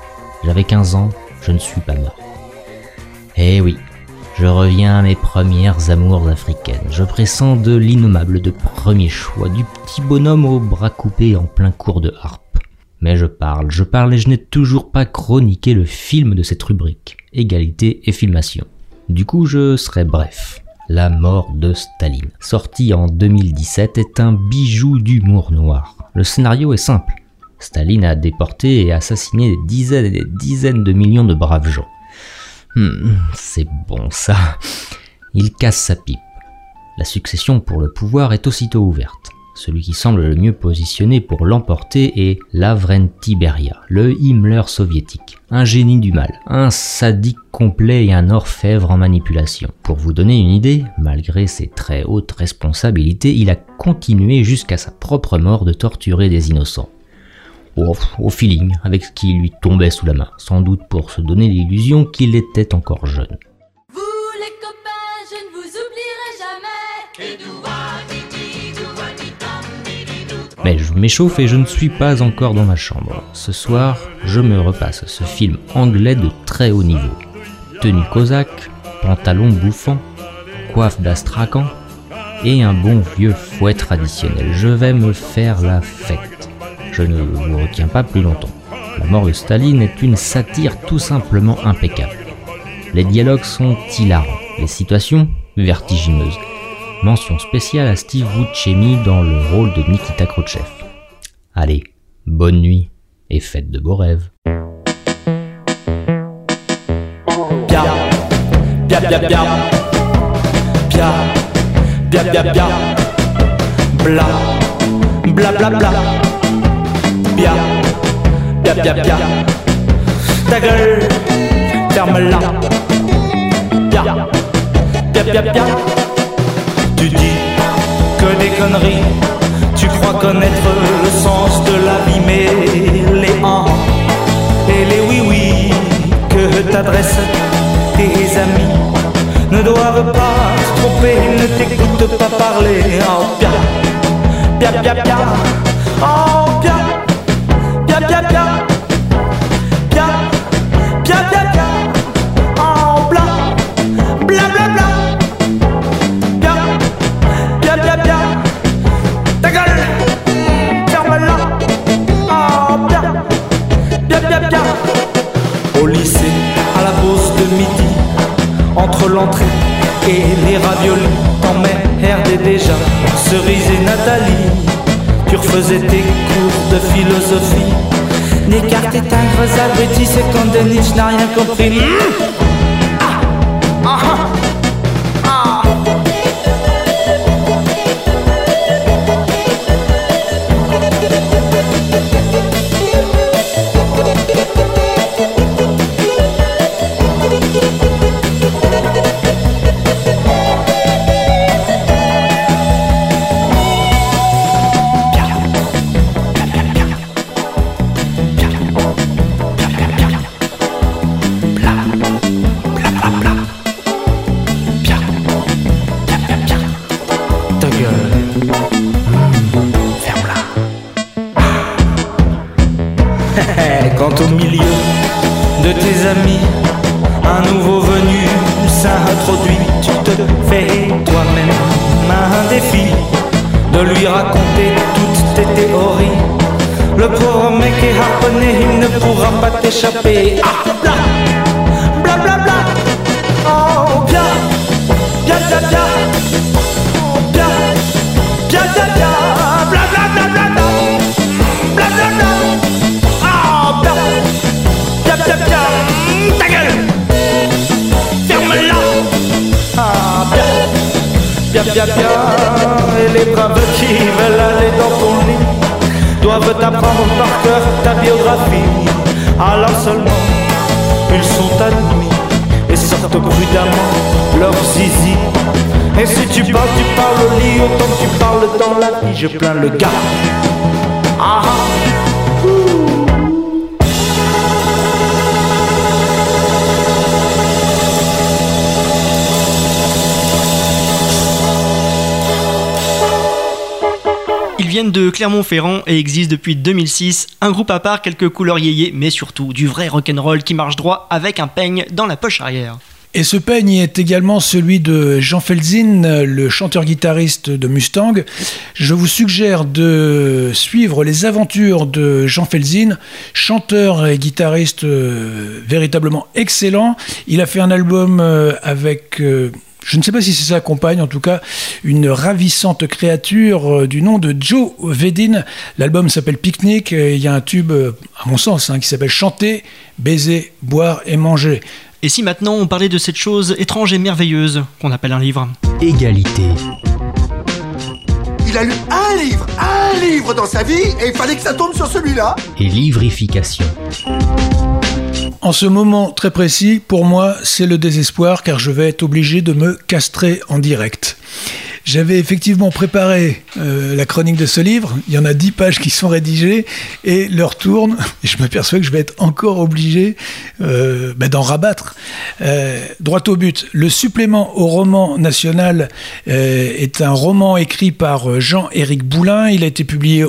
J'avais 15 ans, je ne suis pas mort. Eh oui, je reviens à mes premières amours africaines. Je pressens de l'innommable de premier choix, du petit bonhomme aux bras coupés en plein cours de harpe. Mais je parle et je n'ai toujours pas chroniqué le film de cette rubrique, égalité et filmation. Du coup, je serai bref. La mort de Staline, sorti en 2017, est un bijou d'humour noir. Le scénario est simple. Staline a déporté et assassiné des dizaines et des dizaines de millions de braves gens. C'est bon ça. Il casse sa pipe. La succession pour le pouvoir est aussitôt ouverte. Celui qui semble le mieux positionné pour l'emporter est Lavrenti Beria, le Himmler soviétique. Un génie du mal, un sadique complet et un orfèvre en manipulation. Pour vous donner une idée, malgré ses très hautes responsabilités, il a continué jusqu'à sa propre mort de torturer des innocents. Au feeling, avec ce qui lui tombait sous la main, sans doute pour se donner l'illusion qu'il était encore jeune. Vous les copains, je ne vous oublierai jamais. Mais je m'échauffe et je ne suis pas encore dans ma chambre. Ce soir, je me repasse ce film anglais de très haut niveau. Tenue cosaque, pantalon bouffant, coiffe d'astrakhan et un bon vieux fouet traditionnel. Je vais me faire la fête. Je ne vous retiens pas plus longtemps. La mort de Staline est une satire tout simplement impeccable. Les dialogues sont hilarants, les situations vertigineuses. Mention spéciale à Steve Buscemi dans le rôle de Nikita Khrouchtchev. Allez, bonne nuit et faites de beaux rêves. Bia, bia bia bia, bia, bia bia bia, bla, bla bla bla, bia, bia bia bia. Ta gueule, ferme-la, bia, bia bia bia. Tu dis que des conneries, tu crois connaître le sens de la vie, mais les et les oui-oui que t'adressent tes amis ne doivent pas se tromper, ils ne t'écoutent pas parler. Oh bia, bia bia bia, oh bia, bia bia bia, bia, bia bia bia, oh bla, bla bla bla. Ta gueule, ferme-la, oh bien, bien, bien, bien. Au lycée, à la pause de midi, entre l'entrée et les raviolis, t'emmerdais déjà Cerise et Nathalie. Tu refaisais tes cours de philosophie. Descartes est un gros abruti, c'est quand Nietzsche n'a rien compris. Quand au milieu de tes amis, un nouveau venu s'introduit, tu te fais toi-même un défi de lui raconter toutes tes théories. Le pauvre mec est harponné, il ne pourra pas t'échapper. Ah, bla, bla, bla, bla. Oh, bien, bien, bien, bien. Oh, bien, bien, bien, bien. Bla, bla, bla, bla, bla. Bla, bla, bla. Oh, bien, bien, bien, bien. Ta gueule. Ferme-la. Ah, bien, bien, bien, bien. Et les braves qui veulent aller dans ton lit doivent apprendre par cœur ta biographie. Alors seulement, ils sont admis et sortent prudemment leur zizi. Et si tu parles au lit, autant que tu parles dans la vie. Je plains le gars. Ah, viennent de Clermont-Ferrand et existent depuis 2006. Un groupe à part, quelques couleurs yéyé, mais surtout du vrai rock'n'roll qui marche droit avec un peigne dans la poche arrière. Et ce peigne est également celui de Jean Felzin, le chanteur-guitariste de Mustang. Je vous suggère de suivre les aventures de Jean Felzin, chanteur et guitariste véritablement excellent. Il a fait un album avec... je ne sais pas si c'est sa compagne, en tout cas, une ravissante créature du nom de Joe Vedin. L'album s'appelle Picnic et il y a un tube, à mon sens, qui s'appelle Chanter, baiser, boire et manger. Et si maintenant on parlait de cette chose étrange et merveilleuse qu'on appelle un livre ? Égalité. Il a lu un livre dans sa vie et il fallait que ça tombe sur celui-là. Et livrification. En ce moment très précis, pour moi, c'est le désespoir car je vais être obligé de me castrer en direct. J'avais effectivement préparé la chronique de ce livre. Il y en a 10 pages qui sont rédigées et l'heure tourne. Et je m'aperçois que je vais être encore obligé d'en rabattre. Droit au but. Le supplément au roman national est un roman écrit par Jean-Éric Boulin. Il a été publié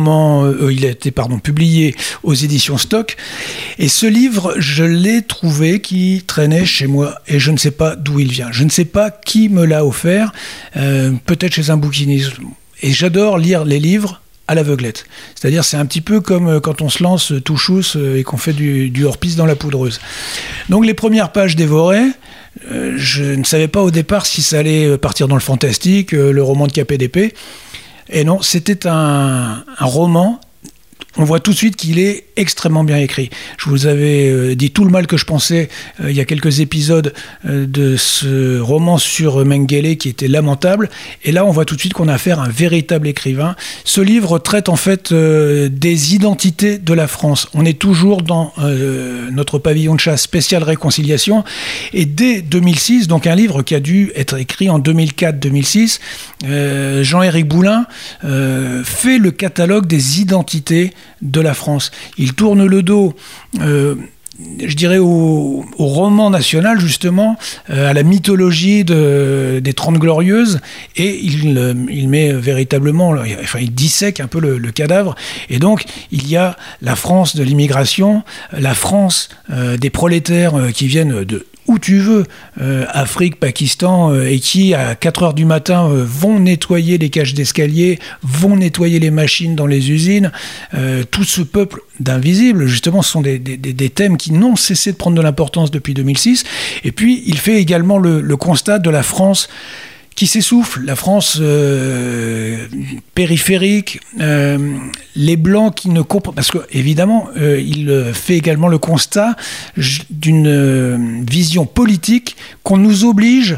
publié aux éditions Stock. Et ce livre, je l'ai trouvé qui traînait chez moi et je ne sais pas d'où il vient. Je ne sais pas qui me l'a offert. Peut-être chez un bouquiniste. Et j'adore lire les livres à l'aveuglette. C'est-à-dire, c'est un petit peu comme quand on se lance tout chousse et qu'on fait du hors-piste dans la poudreuse. Donc, les premières pages dévorées, je ne savais pas au départ si ça allait partir dans le fantastique, le roman de KPDP. Et non, c'était un roman. On voit tout de suite qu'il est extrêmement bien écrit. Je vous avais dit tout le mal que je pensais il y a quelques épisodes de ce roman sur Mengele qui était lamentable. Et là, on voit tout de suite qu'on a affaire à un véritable écrivain. Ce livre traite en fait des identités de la France. On est toujours dans notre pavillon de chasse spécial réconciliation. Et dès 2006, donc un livre qui a dû être écrit en 2004-2006, Jean-Éric Boulin fait le catalogue des identités de la France. Il tourne le dos, je dirais, au roman national, justement, à la mythologie des 30 Glorieuses, et il met véritablement, il dissèque un peu le cadavre, et donc il y a la France de l'immigration, la France des prolétaires qui viennent de où tu veux, Afrique, Pakistan, et qui, à 4h du matin, vont nettoyer les cages d'escalier, vont nettoyer les machines dans les usines. Tout ce peuple d'invisibles, justement, ce sont des thèmes qui n'ont cessé de prendre de l'importance depuis 2006. Et puis, il fait également le constat de la France qui s'essouffle, la France périphérique, les Blancs qui ne comprennent... Parce que, évidemment, il fait également le constat d'une vision politique qu'on nous oblige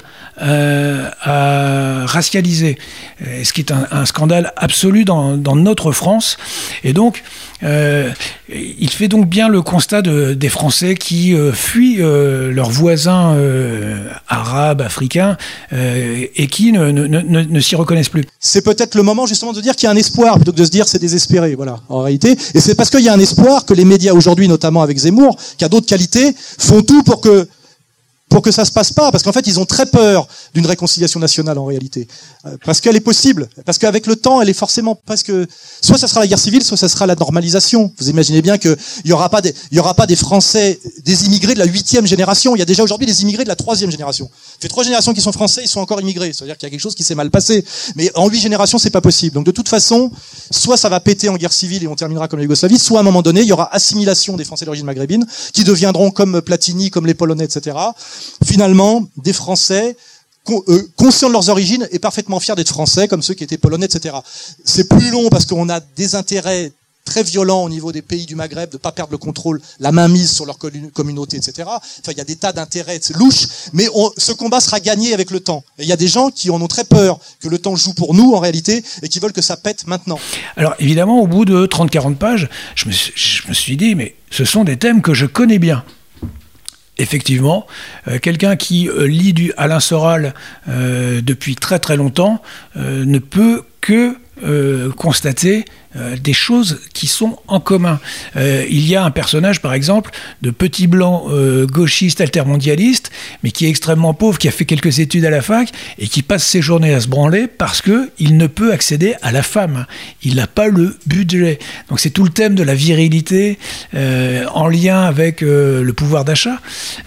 à racialiser, ce qui est un scandale absolu dans notre France. Et donc, il fait donc bien le constat des Français qui fuient leurs voisins arabes, africains, et qui ne s'y reconnaissent plus. C'est peut-être le moment justement de dire qu'il y a un espoir plutôt que de se dire c'est désespéré, voilà, en réalité. Et c'est parce qu'il y a un espoir que les médias aujourd'hui, notamment avec Zemmour, qui a d'autres qualités, font tout pour que ça se passe pas, parce qu'en fait ils ont très peur d'une réconciliation nationale en réalité, parce qu'elle est possible, parce qu'avec le temps elle est forcément presque, soit ça sera la guerre civile, soit ça sera la normalisation. Vous imaginez bien que il y aura pas des Français, des immigrés de la 8e génération. Il y a déjà aujourd'hui des immigrés de la 3e génération. Ça fait 3 générations qui sont français, ils sont encore immigrés. C'est-à-dire qu'il y a quelque chose qui s'est mal passé. Mais en 8 générations c'est pas possible. Donc de toute façon, soit ça va péter en guerre civile et on terminera comme la Yougoslavie, soit à un moment donné il y aura assimilation des Français d'origine maghrébine qui deviendront comme Platini, comme les Polonais, etc. Finalement, des Français conscients de leurs origines et parfaitement fiers d'être Français, comme ceux qui étaient Polonais, etc. C'est plus long parce qu'on a des intérêts très violents au niveau des pays du Maghreb, de pas perdre le contrôle, la mainmise sur leur communauté, etc. Enfin, il y a des tas d'intérêts louches, mais ce combat sera gagné avec le temps. Et il y a des gens qui en ont très peur que le temps joue pour nous, en réalité, et qui veulent que ça pète maintenant. Alors, évidemment, au bout de 30-40 pages, je me suis dit, mais ce sont des thèmes que je connais bien. Effectivement, quelqu'un qui lit du Alain Soral depuis très très longtemps ne peut que constater des choses qui sont en commun. Il y a un personnage, par exemple, de petit blanc gauchiste altermondialiste, mais qui est extrêmement pauvre, qui a fait quelques études à la fac et qui passe ses journées à se branler parce qu'il ne peut accéder à la femme. Il n'a pas le budget. Donc c'est tout le thème de la virilité en lien avec le pouvoir d'achat.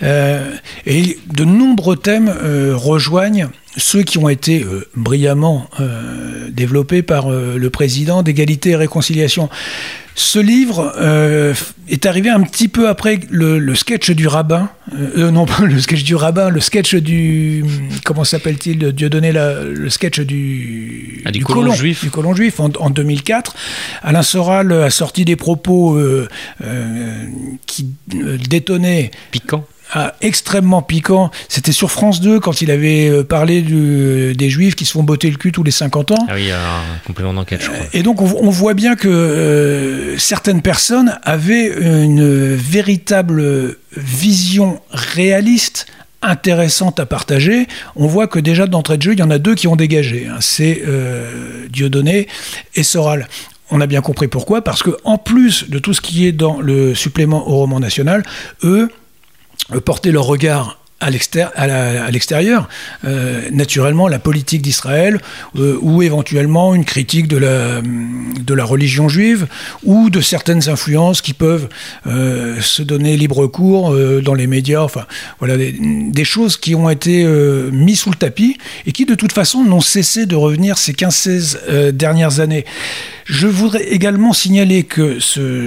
Et de nombreux thèmes rejoignent ceux qui ont été brillamment développés par le président d'Égalité et Réconciliation. Ce livre est arrivé un petit peu après le sketch du rabbin. Non, pas le sketch du rabbin, le sketch du... Comment s'appelle-t-il, Dieudonné, le sketch du colon juif. Du colon juif en 2004. Alain Soral a sorti des propos qui détonnaient... Piquant. Extrêmement piquant. C'était sur France 2 quand il avait parlé des Juifs qui se font botter le cul tous les 50 ans. Ah oui, un complément d'enquête, je crois. Et donc on voit bien que certaines personnes avaient une véritable vision réaliste, intéressante à partager. On voit que déjà d'entrée de jeu, il y en a deux qui ont dégagé. C'est Dieudonné et Soral. On a bien compris pourquoi, parce que en plus de tout ce qui est dans le supplément au roman national, eux porter leur regard à l'extérieur, naturellement la politique d'Israël, ou éventuellement une critique de la religion juive, ou de certaines influences qui peuvent se donner libre cours dans les médias, enfin voilà, des choses qui ont été mises sous le tapis, et qui de toute façon n'ont cessé de revenir ces 15-16 dernières années. Je voudrais également signaler que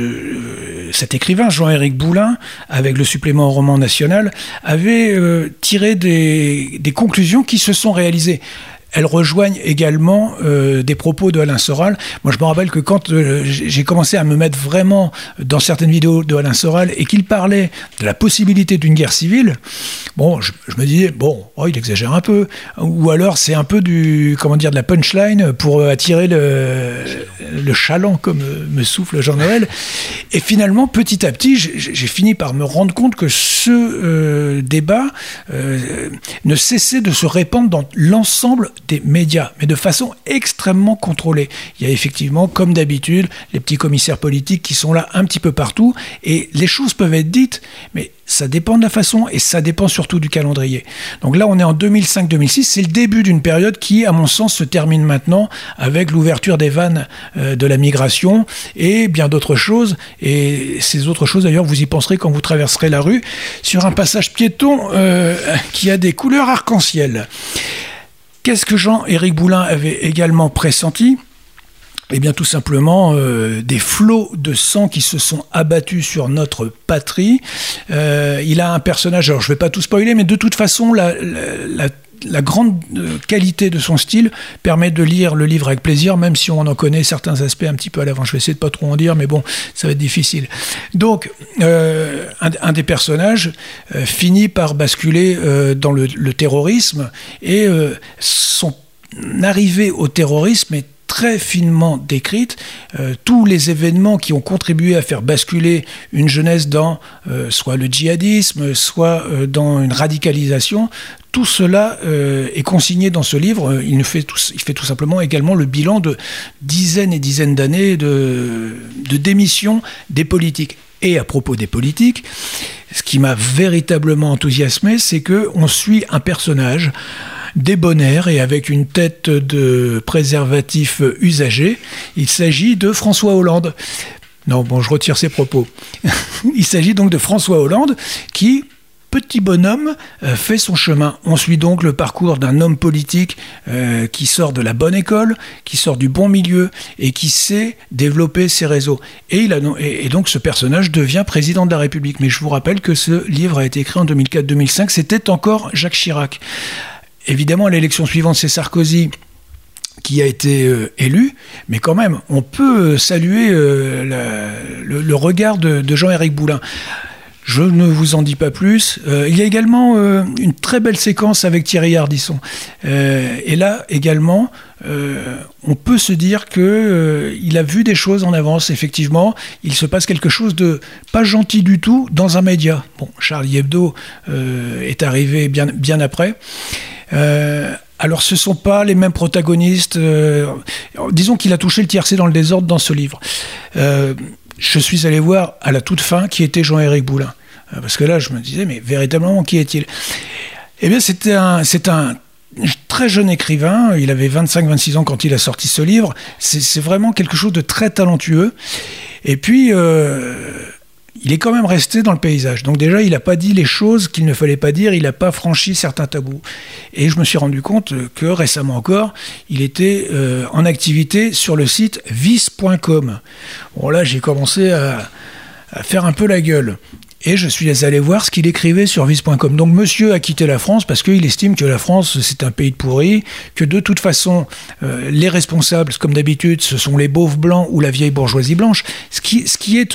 cet écrivain, Jean-Éric Boulin, avec le supplément au roman national, avait tiré des conclusions qui se sont réalisées. Elles rejoignent également des propos de Alain Soral. Moi, je me rappelle que quand j'ai commencé à me mettre vraiment dans certaines vidéos de Alain Soral et qu'il parlait de la possibilité d'une guerre civile, bon, je me disais, bon, il exagère un peu. Ou alors, c'est un peu de la punchline pour attirer le chaland, comme me souffle Jean-Noël. Et finalement, petit à petit, j'ai fini par me rendre compte que ce débat ne cessait de se répandre dans l'ensemble des médias, mais de façon extrêmement contrôlée. Il y a effectivement, comme d'habitude, les petits commissaires politiques qui sont là un petit peu partout, et les choses peuvent être dites, mais ça dépend de la façon, et ça dépend surtout du calendrier. Donc là, on est en 2005-2006, c'est le début d'une période qui, à mon sens, se termine maintenant avec l'ouverture des vannes de la migration, et bien d'autres choses, et ces autres choses, d'ailleurs, vous y penserez quand vous traverserez la rue, sur un passage piéton qui a des couleurs arc-en-ciel. Qu'est-ce que Jean-Éric Boulin avait également pressenti ? Eh bien, tout simplement, des flots de sang qui se sont abattus sur notre patrie. Il a un personnage, alors je ne vais pas tout spoiler, mais de toute façon, la grande qualité de son style permet de lire le livre avec plaisir, même si on en connaît certains aspects un petit peu à l'avant. Je vais essayer de pas trop en dire, mais bon, ça va être difficile. Donc, un des personnages finit par basculer dans le terrorisme, et son arrivée au terrorisme est très finement décrite. Tous les événements qui ont contribué à faire basculer une jeunesse dans soit le djihadisme, soit dans une radicalisation, tout cela est consigné dans ce livre. Il fait tout simplement également le bilan de dizaines et dizaines d'années de démission des politiques. Et à propos des politiques, ce qui m'a véritablement enthousiasmé, c'est qu'on suit un personnage débonnaire et avec une tête de préservatif usagé. Il s'agit de François Hollande. Non, bon, je retire ces propos. Il s'agit donc de François Hollande qui, petit bonhomme, fait son chemin. On suit donc le parcours d'un homme politique qui sort de la bonne école, qui sort du bon milieu et qui sait développer ses réseaux. Et donc ce personnage devient président de la République. Mais je vous rappelle que ce livre a été écrit en 2004-2005. C'était encore Jacques Chirac. Évidemment, à l'élection suivante, c'est Sarkozy qui a été élu, mais quand même, on peut saluer le regard de Jean-Éric Boulin. Je ne vous en dis pas plus. Il y a également une très belle séquence avec Thierry Ardisson. Et là, également, on peut se dire qu'il a vu des choses en avance, effectivement. Il se passe quelque chose de pas gentil du tout dans un média. Bon, Charlie Hebdo est arrivé bien après. Alors, ce ne sont pas les mêmes protagonistes. Disons qu'il a touché le tiercé dans le désordre dans ce livre. Je suis allé voir à la toute fin qui était Jean-Éric Boulin. Parce que là, je me disais, mais véritablement, qui est-il ? Eh bien, c'est un très jeune écrivain. Il avait 25-26 ans quand il a sorti ce livre. C'est vraiment quelque chose de très talentueux. Et puis... il est quand même resté dans le paysage. Donc déjà, il n'a pas dit les choses qu'il ne fallait pas dire, il n'a pas franchi certains tabous. Et je me suis rendu compte que récemment encore, il était en activité sur le site vice.com. Bon là, j'ai commencé à faire un peu la gueule. Et je suis allé voir ce qu'il écrivait sur vice.com. Donc monsieur a quitté la France parce qu'il estime que la France, c'est un pays de pourris, que de toute façon, les responsables, comme d'habitude, ce sont les beaufs blancs ou la vieille bourgeoisie blanche, ce qui est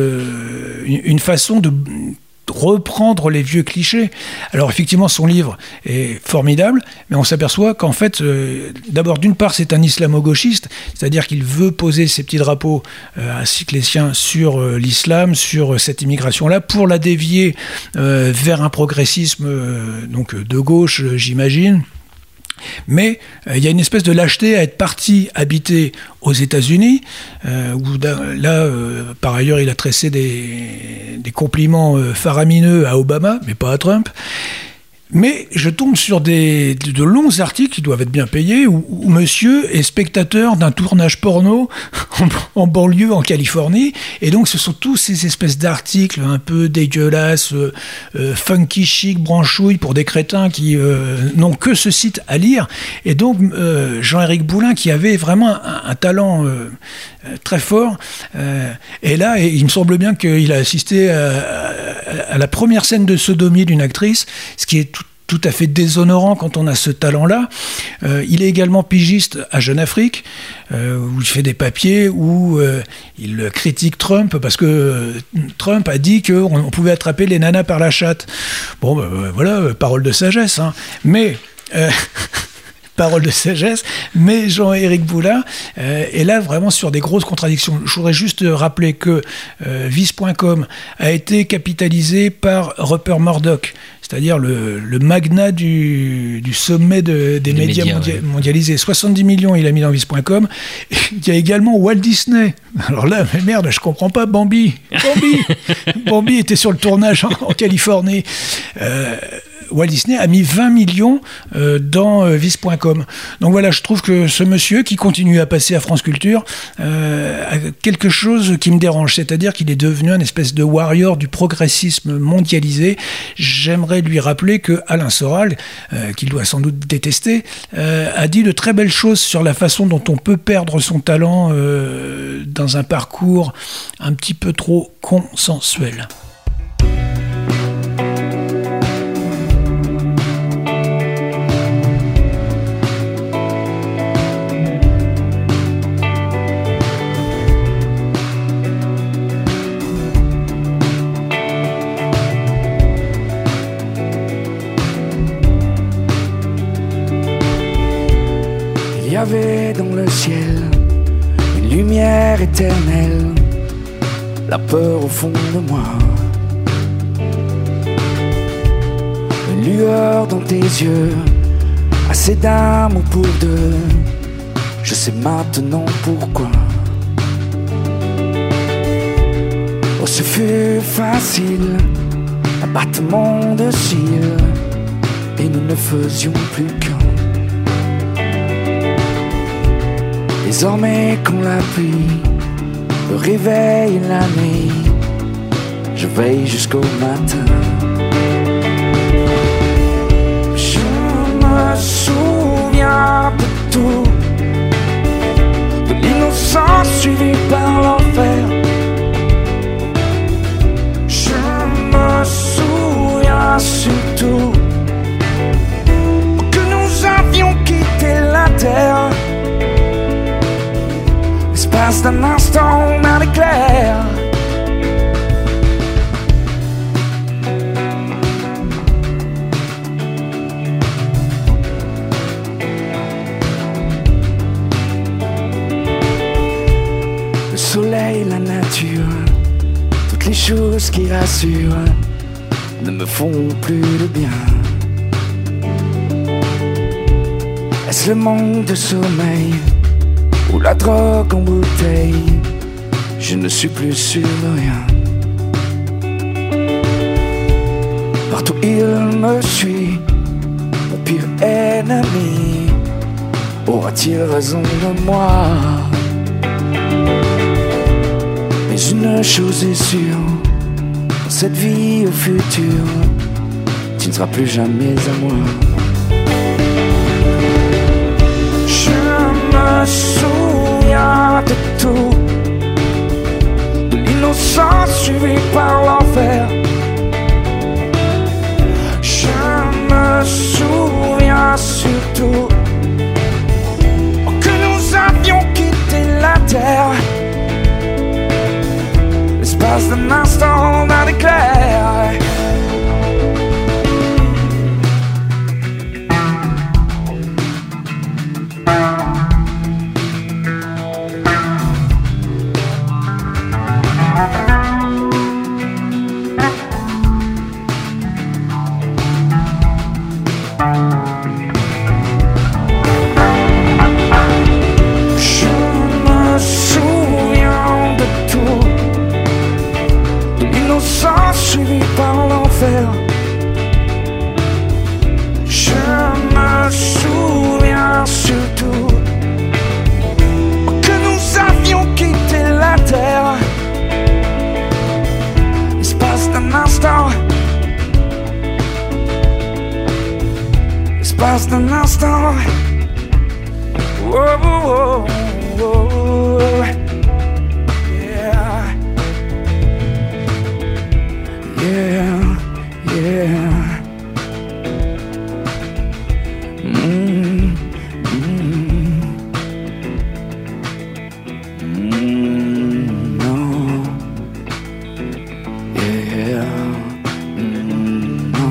une façon de reprendre les vieux clichés. Alors effectivement, son livre est formidable, mais on s'aperçoit qu'en fait, d'abord, d'une part, c'est un islamo-gauchiste, c'est-à-dire qu'il veut poser ses petits drapeaux ainsi que les siens sur l'islam, sur cette immigration-là, pour la dévier vers un progressisme donc de gauche, j'imagine. Mais il y a une espèce de lâcheté à être parti habiter aux États-Unis, où là, par ailleurs, il a tressé des compliments faramineux à Obama, mais pas à Trump. Mais je tombe sur de longs articles qui doivent être bien payés, où monsieur est spectateur d'un tournage porno en banlieue en Californie, et donc ce sont tous ces espèces d'articles un peu dégueulasses, funky chic, branchouille pour des crétins qui n'ont que ce site à lire. Et donc Jean-Éric Boulin, qui avait vraiment un talent très fort, et là, il me semble bien qu'il a assisté à la première scène de sodomie d'une actrice, ce qui est tout à fait déshonorant quand on a ce talent-là. Il est également pigiste à Jeune Afrique, où il fait des papiers, où il critique Trump, parce que Trump a dit qu'on pouvait attraper les nanas par la chatte. Bon, voilà, parole de sagesse, hein. Mais... parole de sagesse, mais Jean-Éric Boulin est là vraiment sur des grosses contradictions. Je voudrais juste rappeler que vice.com a été capitalisé par Rupert Murdoch, c'est-à-dire le magnat du sommet des médias mondialisés. 70 millions il a mis dans vice.com. Il y a également Walt Disney. Alors là, mais merde, je comprends pas, Bambi était sur le tournage en Californie. Walt Disney a mis 20 millions dans vice.com. Donc voilà, je trouve que ce monsieur qui continue à passer à France Culture a quelque chose qui me dérange, c'est-à-dire qu'il est devenu un espèce de warrior du progressisme mondialisé. J'aimerais lui rappeler que Alain Soral, qu'il doit sans doute détester, a dit de très belles choses sur la façon dont on peut perdre son talent dans un parcours un petit peu trop consensuel. Il y avait dans le ciel une lumière éternelle, la peur au fond de moi, une lueur dans tes yeux, assez d'amour pour deux, je sais maintenant pourquoi. Oh, ce fut facile, un battement de cils, et nous ne faisions plus qu'un. Désormais quand la pluie me réveille la nuit, je veille jusqu'au matin. Je me souviens de tout, de l'innocence suivie par l'enfer. Je me souviens surtout que nous avions quitté la terre. L'espace d'un instant, un éclair. Le soleil, la nature, toutes les choses qui rassurent ne me font plus de bien. Est-ce le manque de sommeil ou la drogue en bouteille? Je ne suis plus sûr de rien. Partout il me suit, mon pire ennemi. Aura-t-il raison de moi? Mais une chose est sûre, dans cette vie au futur, tu ne seras plus jamais à moi. Je me souviens de tout, de l'innocence suivie par l'enfer. Je me souviens surtout que nous avions quitté la terre, l'espace d'un instant, d'un éclair. Suivi par l'enfer. Je me souviens surtout que nous avions quitté la terre, l'espace d'un instant, l'espace d'un instant. Oh, oh, oh, oh. Yeah, yeah. No. Yeah. No.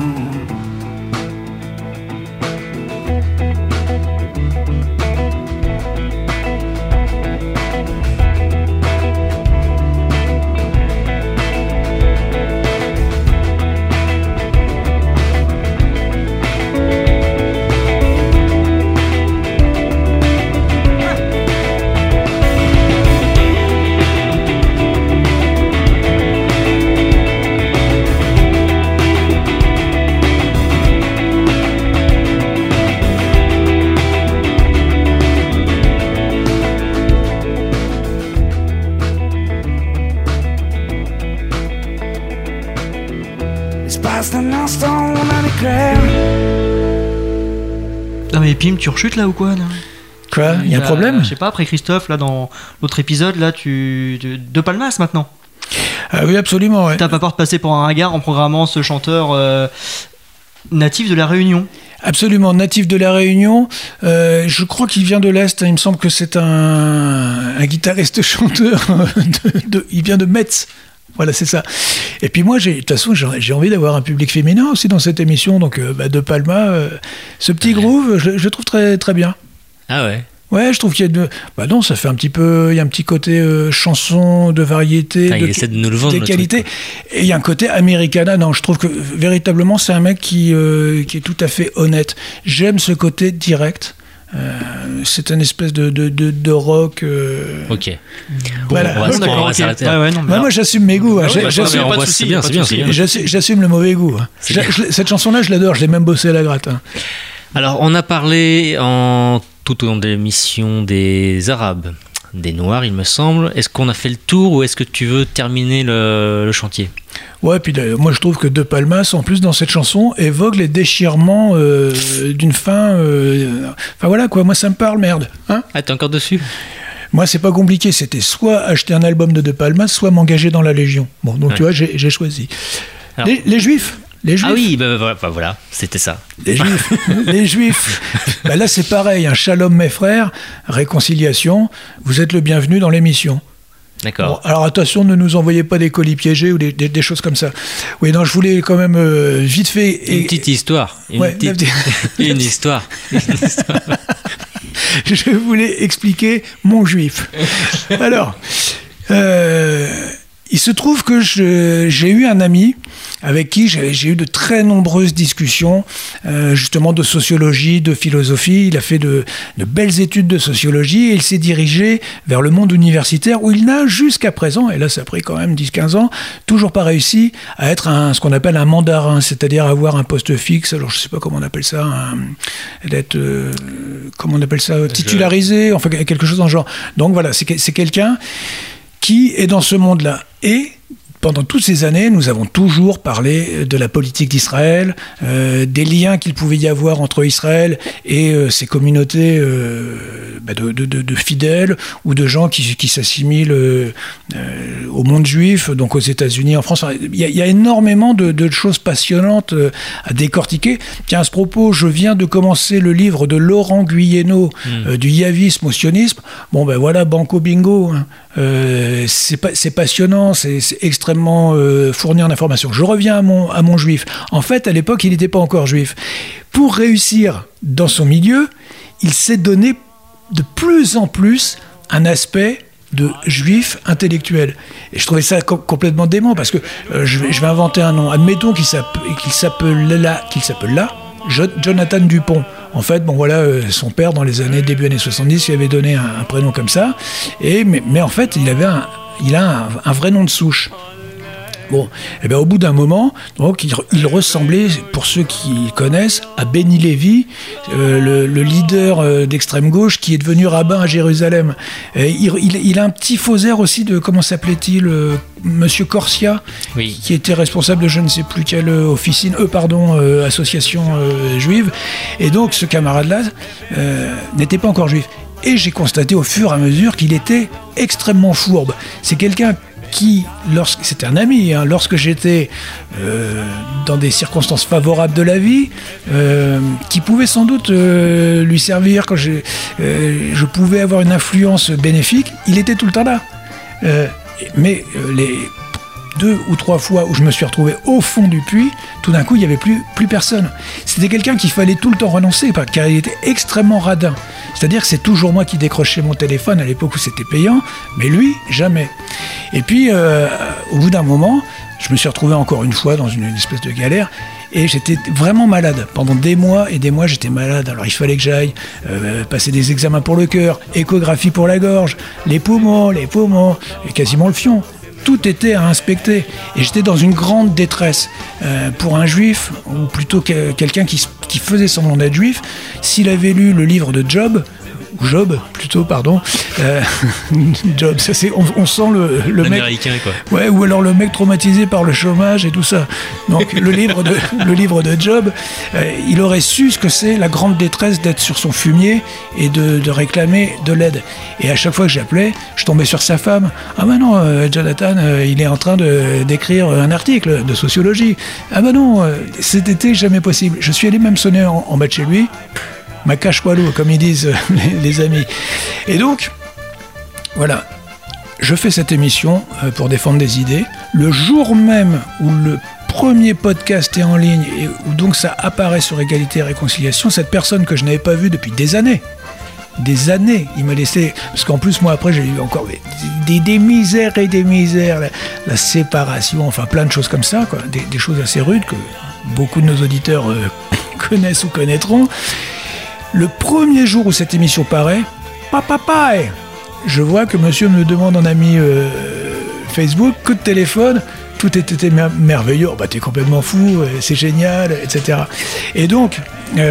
L'espace d'un instant, d'un éclair. Non mais Pim, tu rechutes là ou quoi là? Quoi? Il y a un problème? Je sais pas, après Christophe, là dans l'autre épisode, là De Palmas maintenant. Ah oui, absolument, ouais. T'as pas peur de passer pour un ringard en programmant ce chanteur natif de la Réunion? Absolument, natif de la Réunion. Je crois qu'il vient de l'Est. Il me semble que c'est un guitariste-chanteur. Il vient de Metz. Voilà, c'est ça. Et puis moi, de toute façon, j'ai envie d'avoir un public féminin aussi dans cette émission. Donc, De Palma, ce petit groove, je le trouve très, très bien. Ah ouais? Ouais, je trouve qu'il y a Bah non, ça fait un petit peu... Il y a un petit côté chanson, de variété, il essaie de nous le vendre, des qualités. Et il y a un côté Americana. Non, je trouve que véritablement, c'est un mec qui est tout à fait honnête. J'aime ce côté direct. C'est une espèce de rock. Ok. Voilà. On va s'arrêter là. Moi, j'assume mes goûts. J'assume le mauvais goût. Cette chanson-là, je l'adore. Je l'ai même bossé à la gratte. Alors, on a parlé tout au long de l'émission des Arabes, des Noirs, il me semble. Est-ce qu'on a fait le tour ou est-ce que tu veux terminer le chantier? Ouais, puis moi je trouve que De Palmas, en plus dans cette chanson, évoque les déchirements d'une fin. Enfin voilà quoi, moi ça me parle, merde. Hein? Ah, t'es encore dessus? Moi c'est pas compliqué, c'était soit acheter un album de Palmas, soit m'engager dans la Légion. Bon, donc tu vois, j'ai choisi. Alors, les Juifs. Ah oui, voilà, c'était ça. Les Juifs. Bah là c'est pareil, un shalom mes frères, réconciliation, vous êtes le bienvenu dans l'émission. D'accord. Bon, alors attention, ne nous envoyez pas des colis piégés ou des choses comme ça. Oui, non, je voulais quand même vite fait... Une petite histoire. Une histoire. Je voulais expliquer mon juif. Alors, il se trouve que j'ai eu un ami avec qui j'ai eu de très nombreuses discussions, justement de sociologie, de philosophie. Il a fait de belles études de sociologie et il s'est dirigé vers le monde universitaire où il n'a jusqu'à présent, et là ça a pris quand même 10-15 ans, toujours pas réussi à être ce qu'on appelle un mandarin, c'est-à-dire avoir un poste fixe. Alors je sais pas comment on appelle ça, titularisé, enfin quelque chose dans le genre. Donc voilà, c'est quelqu'un qui est dans ce monde-là. Et pendant toutes ces années, nous avons toujours parlé de la politique d'Israël, des liens qu'il pouvait y avoir entre Israël et ces communautés de fidèles ou de gens qui s'assimilent au monde juif, donc aux États-Unis, en France. Il y a énormément de choses passionnantes à décortiquer. Tiens, à ce propos, je viens de commencer le livre de Laurent Guyeno du yavisme au sionisme. Bon, ben voilà, banco bingo. Hein. C'est passionnant, c'est extrêmement fourni en informations. Je reviens à mon juif. En fait, à l'époque, il n'était pas encore juif. Pour réussir dans son milieu, il s'est donné de plus en plus un aspect de juif intellectuel. Et je trouvais ça complètement dément, parce que je vais inventer un nom. Admettons qu'il s'appelle là Jonathan Dupont. En fait, bon voilà, son père, dans les début années 70, il avait donné un prénom comme ça. Mais en fait, il a un vrai nom de souche. Bon, et bien au bout d'un moment, donc il ressemblait, pour ceux qui connaissent, à Benny Lévy, le leader d'extrême gauche qui est devenu rabbin à Jérusalem. Il a un petit faux air aussi de, comment s'appelait-il, Monsieur Corsia, oui, qui était responsable de je ne sais plus quelle association juive. Et donc ce camarade-là n'était pas encore juif. Et j'ai constaté au fur et à mesure qu'il était extrêmement fourbe. C'est quelqu'un qui, c'était un ami, hein, lorsque j'étais dans des circonstances favorables de la vie, qui pouvait sans doute lui servir quand je pouvais avoir une influence bénéfique, il était tout le temps là. Mais les 2 ou 3 fois où je me suis retrouvé au fond du puits, tout d'un coup, il n'y avait plus personne. C'était quelqu'un qu'il fallait tout le temps renoncer, car il était extrêmement radin. C'est-à-dire que c'est toujours moi qui décrochais mon téléphone à l'époque où c'était payant, mais lui, jamais. Et puis, au bout d'un moment, je me suis retrouvé encore une fois dans une espèce de galère, et j'étais vraiment malade. Pendant des mois et des mois, j'étais malade. Alors il fallait que j'aille passer des examens pour le cœur, échographie pour la gorge, les poumons, et quasiment le fion. Tout était à inspecter. Et j'étais dans une grande détresse. Pour un juif, ou plutôt quelqu'un qui faisait semblant d'être juif, s'il avait lu le livre de Job, Job, ça c'est, on sent le mec américain, quoi. Ouais, ou alors le mec traumatisé par le chômage et tout ça. Donc le livre de Job, il aurait su ce que c'est la grande détresse d'être sur son fumier et de réclamer de l'aide. Et à chaque fois que j'appelais, je tombais sur sa femme. Ah ben non, Jonathan, il est en train d'écrire un article de sociologie. Ah ben non, c'était jamais possible. Je suis allé même sonner en bas de chez lui. Ma cache walou, comme ils disent les amis. Et donc, voilà, je fais cette émission pour défendre des idées. Le jour même où le premier podcast est en ligne et où donc ça apparaît sur Égalité et Réconciliation, cette personne que je n'avais pas vue depuis des années, il m'a laissé... Parce qu'en plus, moi, après, j'ai eu encore des misères et des misères, la séparation, enfin plein de choses comme ça, quoi, des choses assez rudes que beaucoup de nos auditeurs connaissent ou connaîtront. Le premier jour où cette émission paraît, je vois que monsieur me demande en ami Facebook, coup de téléphone, tout était merveilleux, oh, bah t'es complètement fou, c'est génial, etc. Et donc,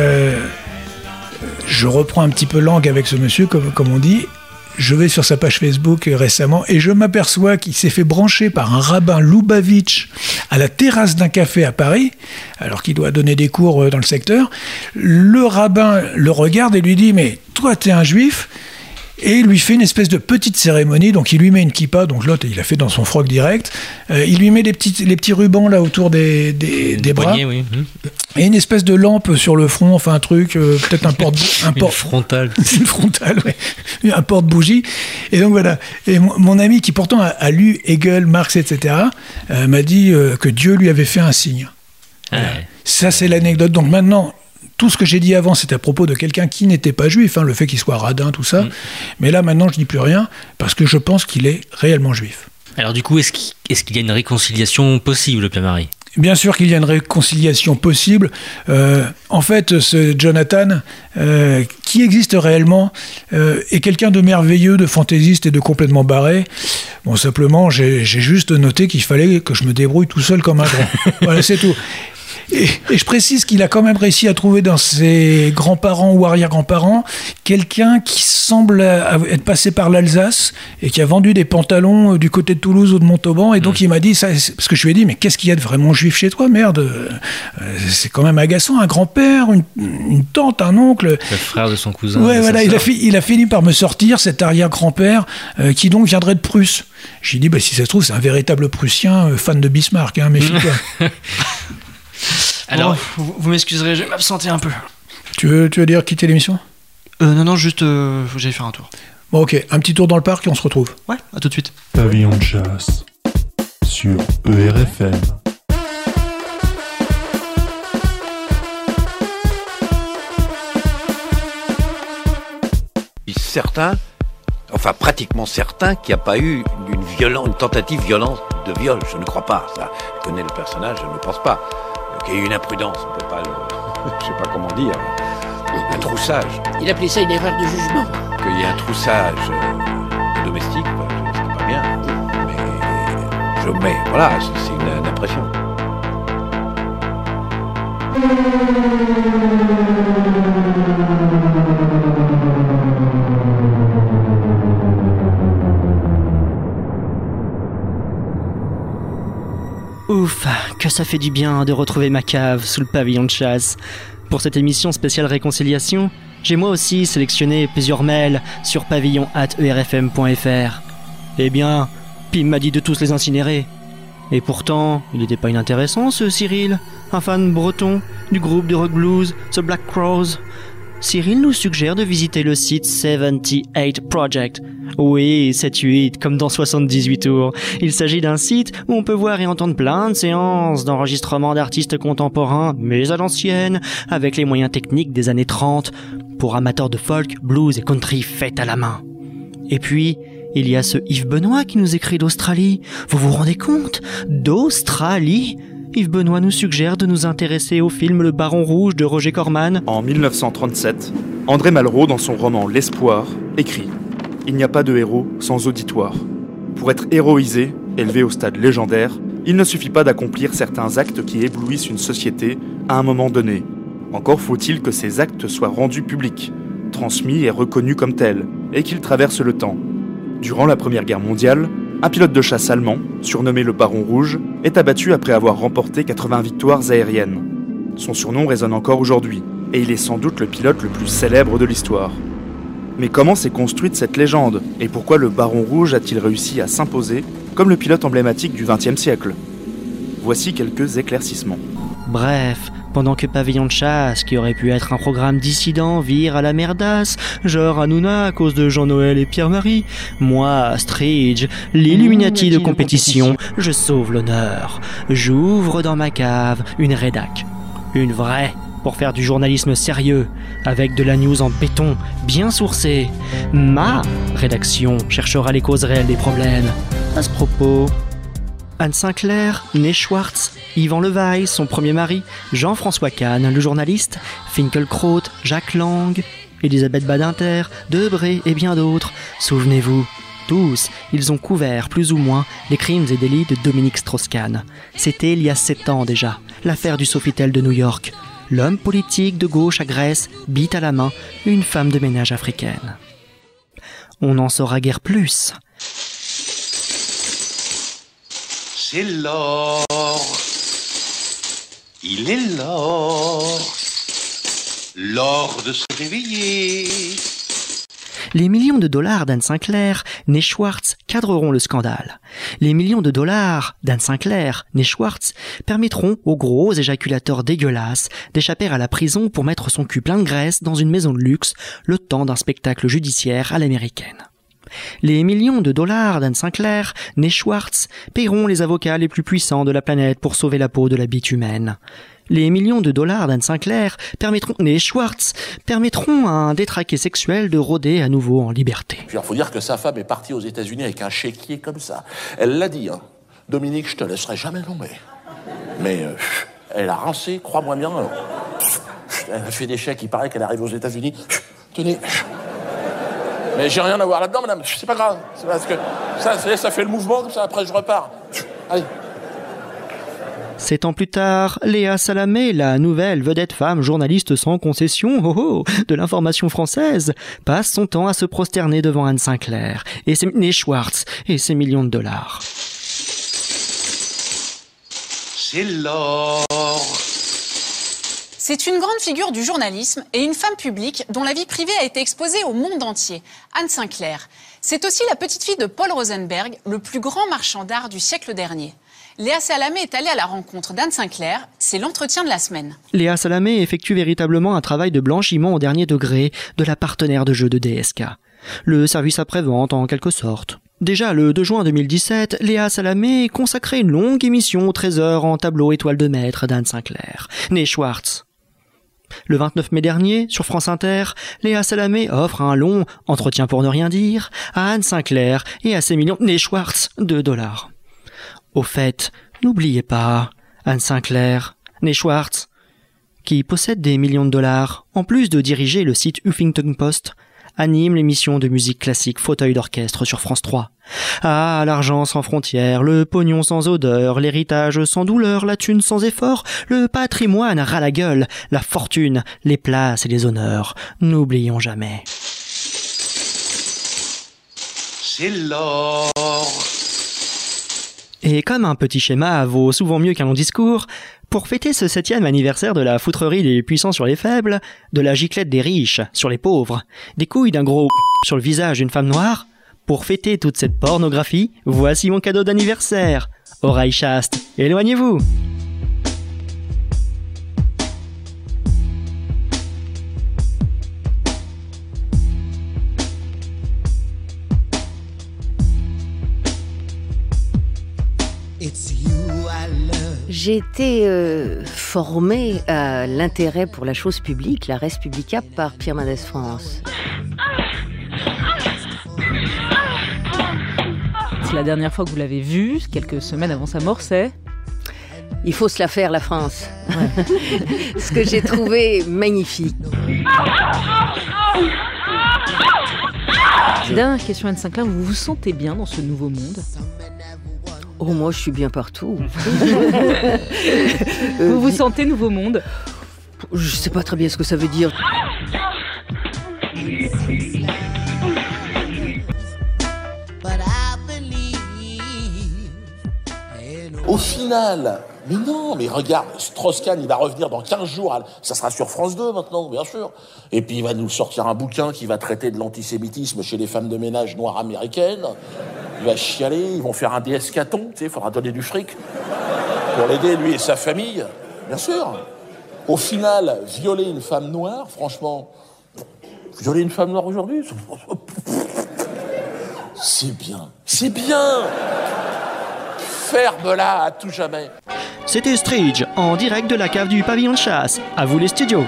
je reprends un petit peu langue avec ce monsieur, comme on dit. Je vais sur sa page Facebook récemment et je m'aperçois qu'il s'est fait brancher par un rabbin Lubavitch à la terrasse d'un café à Paris, alors qu'il doit donner des cours dans le secteur. Le rabbin le regarde et lui dit « Mais toi, t'es un juif ?» Et il lui fait une espèce de petite cérémonie, donc il lui met une kippa, donc l'autre il a fait dans son froc direct, il lui met les petits rubans là autour des bras, poignets, oui. Et une espèce de lampe sur le front, enfin un truc, peut-être une frontale. Une frontale, oui. Un porte-bougie. Et donc voilà, et mon ami qui pourtant a lu Hegel, Marx, etc., m'a dit que Dieu lui avait fait un signe. Voilà. Ouais. Ça c'est l'anecdote, donc maintenant... Tout ce que j'ai dit avant, c'était à propos de quelqu'un qui n'était pas juif, le fait qu'il soit radin, tout ça. Mais là, maintenant, je dis plus rien, parce que je pense qu'il est réellement juif. Alors du coup, est-ce qu'il y a une réconciliation possible, Pierre-Marie ? Bien sûr qu'il y a une réconciliation possible. En fait, ce Jonathan, qui existe réellement, est quelqu'un de merveilleux, de fantaisiste et de complètement barré. Bon, simplement, j'ai juste noté qu'il fallait que je me débrouille tout seul comme un grand. Voilà, c'est tout. Et je précise qu'il a quand même réussi à trouver dans ses grands-parents ou arrière-grands-parents quelqu'un qui semble être passé par l'Alsace et qui a vendu des pantalons du côté de Toulouse ou de Montauban. Et donc il m'a dit, ça, parce que je lui ai dit, mais qu'est-ce qu'il y a de vraiment juif chez toi, merde, c'est quand même agaçant, un grand-père, une tante, un oncle. Le frère de son cousin. Ouais, voilà, il a fini par me sortir cet arrière-grand-père qui donc viendrait de Prusse. J'ai dit, bah, si ça se trouve, c'est un véritable Prussien fan de Bismarck, hein, méfie-toi. Alors, vous m'excuserez, je vais m'absenter un peu. Tu veux dire quitter l'émission ? Non, juste, faut que j'aille faire un tour. Bon, ok, un petit tour dans le parc et on se retrouve. Ouais, à tout de suite. Pavillon de chasse sur ERFM. Certains, enfin pratiquement certains, qu'il n'y a pas eu une tentative violente de viol. Je ne crois pas. Ça, je connais le personnage, je ne pense pas. Qu'il y ait eu une imprudence, on ne peut pas je sais pas comment dire, un troussage. Il appelait ça une erreur de jugement. Qu'il y ait un troussage domestique, c'est pas bien. Mais voilà, c'est une impression. Ouf, que ça fait du bien de retrouver ma cave sous le pavillon de chasse. Pour cette émission spéciale réconciliation, j'ai moi aussi sélectionné plusieurs mails sur pavillon@erfm.fr. Eh bien, Pim m'a dit de tous les incinérer. Et pourtant, il n'était pas inintéressant ce Cyril, un fan breton du groupe de rock blues The Black Crowes. Cyril nous suggère de visiter le site 78 Project. Oui, 78, comme dans 78 tours. Il s'agit d'un site où on peut voir et entendre plein de séances d'enregistrement d'artistes contemporains, mais à l'ancienne, avec les moyens techniques des années 30, pour amateurs de folk, blues et country faits à la main. Et puis, il y a ce Yves Benoît qui nous écrit d'Australie. Vous vous rendez compte ? D'Australie ? Yves Benoît nous suggère de nous intéresser au film Le Baron Rouge de Roger Corman. En 1937, André Malraux, dans son roman L'Espoir, écrit « Il n'y a pas de héros sans auditoire. Pour être héroïsé, élevé au stade légendaire, il ne suffit pas d'accomplir certains actes qui éblouissent une société à un moment donné. Encore faut-il que ces actes soient rendus publics, transmis et reconnus comme tels, et qu'ils traversent le temps. Durant la Première Guerre mondiale, un pilote de chasse allemand, surnommé le Baron Rouge, est abattu après avoir remporté 80 victoires aériennes. Son surnom résonne encore aujourd'hui, et il est sans doute le pilote le plus célèbre de l'histoire. Mais comment s'est construite cette légende, et pourquoi le Baron Rouge a-t-il réussi à s'imposer comme le pilote emblématique du XXe siècle ? Voici quelques éclaircissements. Bref, pendant que Pavillon de chasse, qui aurait pu être un programme dissident, vire à la merdasse, genre Hanouna à cause de Jean-Noël et Pierre-Marie, moi, Stridge, l'Illuminati de compétition, je sauve l'honneur. J'ouvre dans ma cave une rédac. Une vraie, pour faire du journalisme sérieux, avec de la news en béton, bien sourcée. Ma rédaction cherchera les causes réelles des problèmes. À ce propos, Anne Sinclair, née Schwartz, Yvan Levaille, son premier mari, Jean-François Kahn, le journaliste, Finkielkraut, Jacques Lang, Elisabeth Badinter, Debré et bien d'autres. Souvenez-vous, tous, ils ont couvert plus ou moins les crimes et délits de Dominique Strauss-Kahn. C'était il y a 7 ans déjà, l'affaire du Sofitel de New York. L'homme politique de gauche agresse, bite à la main, une femme de ménage africaine. On n'en saura guère plus. C'est l'or, il est l'or, l'or de se réveiller. Les millions de dollars d'Anne Sinclair, née Schwartz, cadreront le scandale. Les millions de dollars d'Anne Sinclair, née Schwartz, permettront aux gros éjaculateurs dégueulasses d'échapper à la prison pour mettre son cul plein de graisse dans une maison de luxe, le temps d'un spectacle judiciaire à l'américaine. Les millions de dollars d'Anne Sinclair, née Schwartz, paieront les avocats les plus puissants de la planète pour sauver la peau de la bite humaine. Les millions de dollars d'Anne Sinclair et Schwartz permettront à un détraqué sexuel de rôder à nouveau en liberté. Puis il faut dire que sa femme est partie aux États-Unis avec un chéquier comme ça. Elle l'a dit, hein. Dominique, je te laisserai jamais tomber. Mais elle a rincé, crois-moi bien. Elle a fait des chèques, il paraît qu'elle arrive aux États-Unis. Tenez. Mais j'ai rien à voir là-dedans, madame. C'est pas grave. C'est parce que ça fait le mouvement, comme ça, après je repars. Allez. 7 ans plus tard, Léa Salamé, la nouvelle vedette femme journaliste sans concession de l'information française, passe son temps à se prosterner devant Anne Sinclair et Schwartz et ses millions de dollars. C'est l'or. C'est une grande figure du journalisme et une femme publique dont la vie privée a été exposée au monde entier, Anne Sinclair. C'est aussi la petite-fille de Paul Rosenberg, le plus grand marchand d'art du siècle dernier. Léa Salamé est allée à la rencontre d'Anne Sinclair, c'est l'entretien de la semaine. Léa Salamé effectue véritablement un travail de blanchiment au dernier degré de la partenaire de jeu de DSK. Le service après-vente en quelque sorte. Déjà le 2 juin 2017, Léa Salamé consacrait une longue émission au trésor en tableau étoile de maître d'Anne Sinclair, née Schwartz. Le 29 mai dernier, sur France Inter, Léa Salamé offre un long entretien pour ne rien dire à Anne Sinclair et à ses millions née Schwartz de dollars. Au fait, n'oubliez pas, Anne Sinclair, née Schwartz, qui possède des millions de dollars, en plus de diriger le site Huffington Post, anime l'émission de musique classique Fauteuil d'orchestre sur France 3. Ah, l'argent sans frontières, le pognon sans odeur, l'héritage sans douleur, la thune sans effort, le patrimoine ras la gueule, la fortune, les places et les honneurs. N'oublions jamais. C'est l'or. Et comme un petit schéma vaut souvent mieux qu'un long discours, pour fêter ce 7e anniversaire de la foutrerie des puissants sur les faibles, de la giclette des riches sur les pauvres, des couilles d'un gros sur le visage d'une femme noire, pour fêter toute cette pornographie, voici mon cadeau d'anniversaire. Oreilles chastes, éloignez-vous. J'ai été formée à l'intérêt pour la chose publique, la res publica, par Pierre Mendès France. La dernière fois que vous l'avez vu, quelques semaines avant sa mort, c'est ? Il faut se la faire, la France. Ouais. Ce que j'ai trouvé magnifique. Dernière question, Anne Sinclair, vous vous sentez bien dans ce nouveau monde ? Oh, moi, je suis bien partout. Vous vous sentez nouveau monde ? Je sais pas très bien ce que ça veut dire. Au final, mais non, mais regarde, Strauss-Kahn, il va revenir dans 15 jours, ça sera sur France 2 maintenant, bien sûr. Et puis il va nous sortir un bouquin qui va traiter de l'antisémitisme chez les femmes de ménage noires américaines. Il va chialer, ils vont faire un DSK-ton, tu sais, il faudra donner du fric pour l'aider, lui et sa famille, bien sûr. Au final, violer une femme noire, franchement, violer une femme noire aujourd'hui, c'est bien, c'est bien. Ferme-la à tout jamais. C'était Stridge, en direct de la cave du pavillon de chasse. À vous les studios.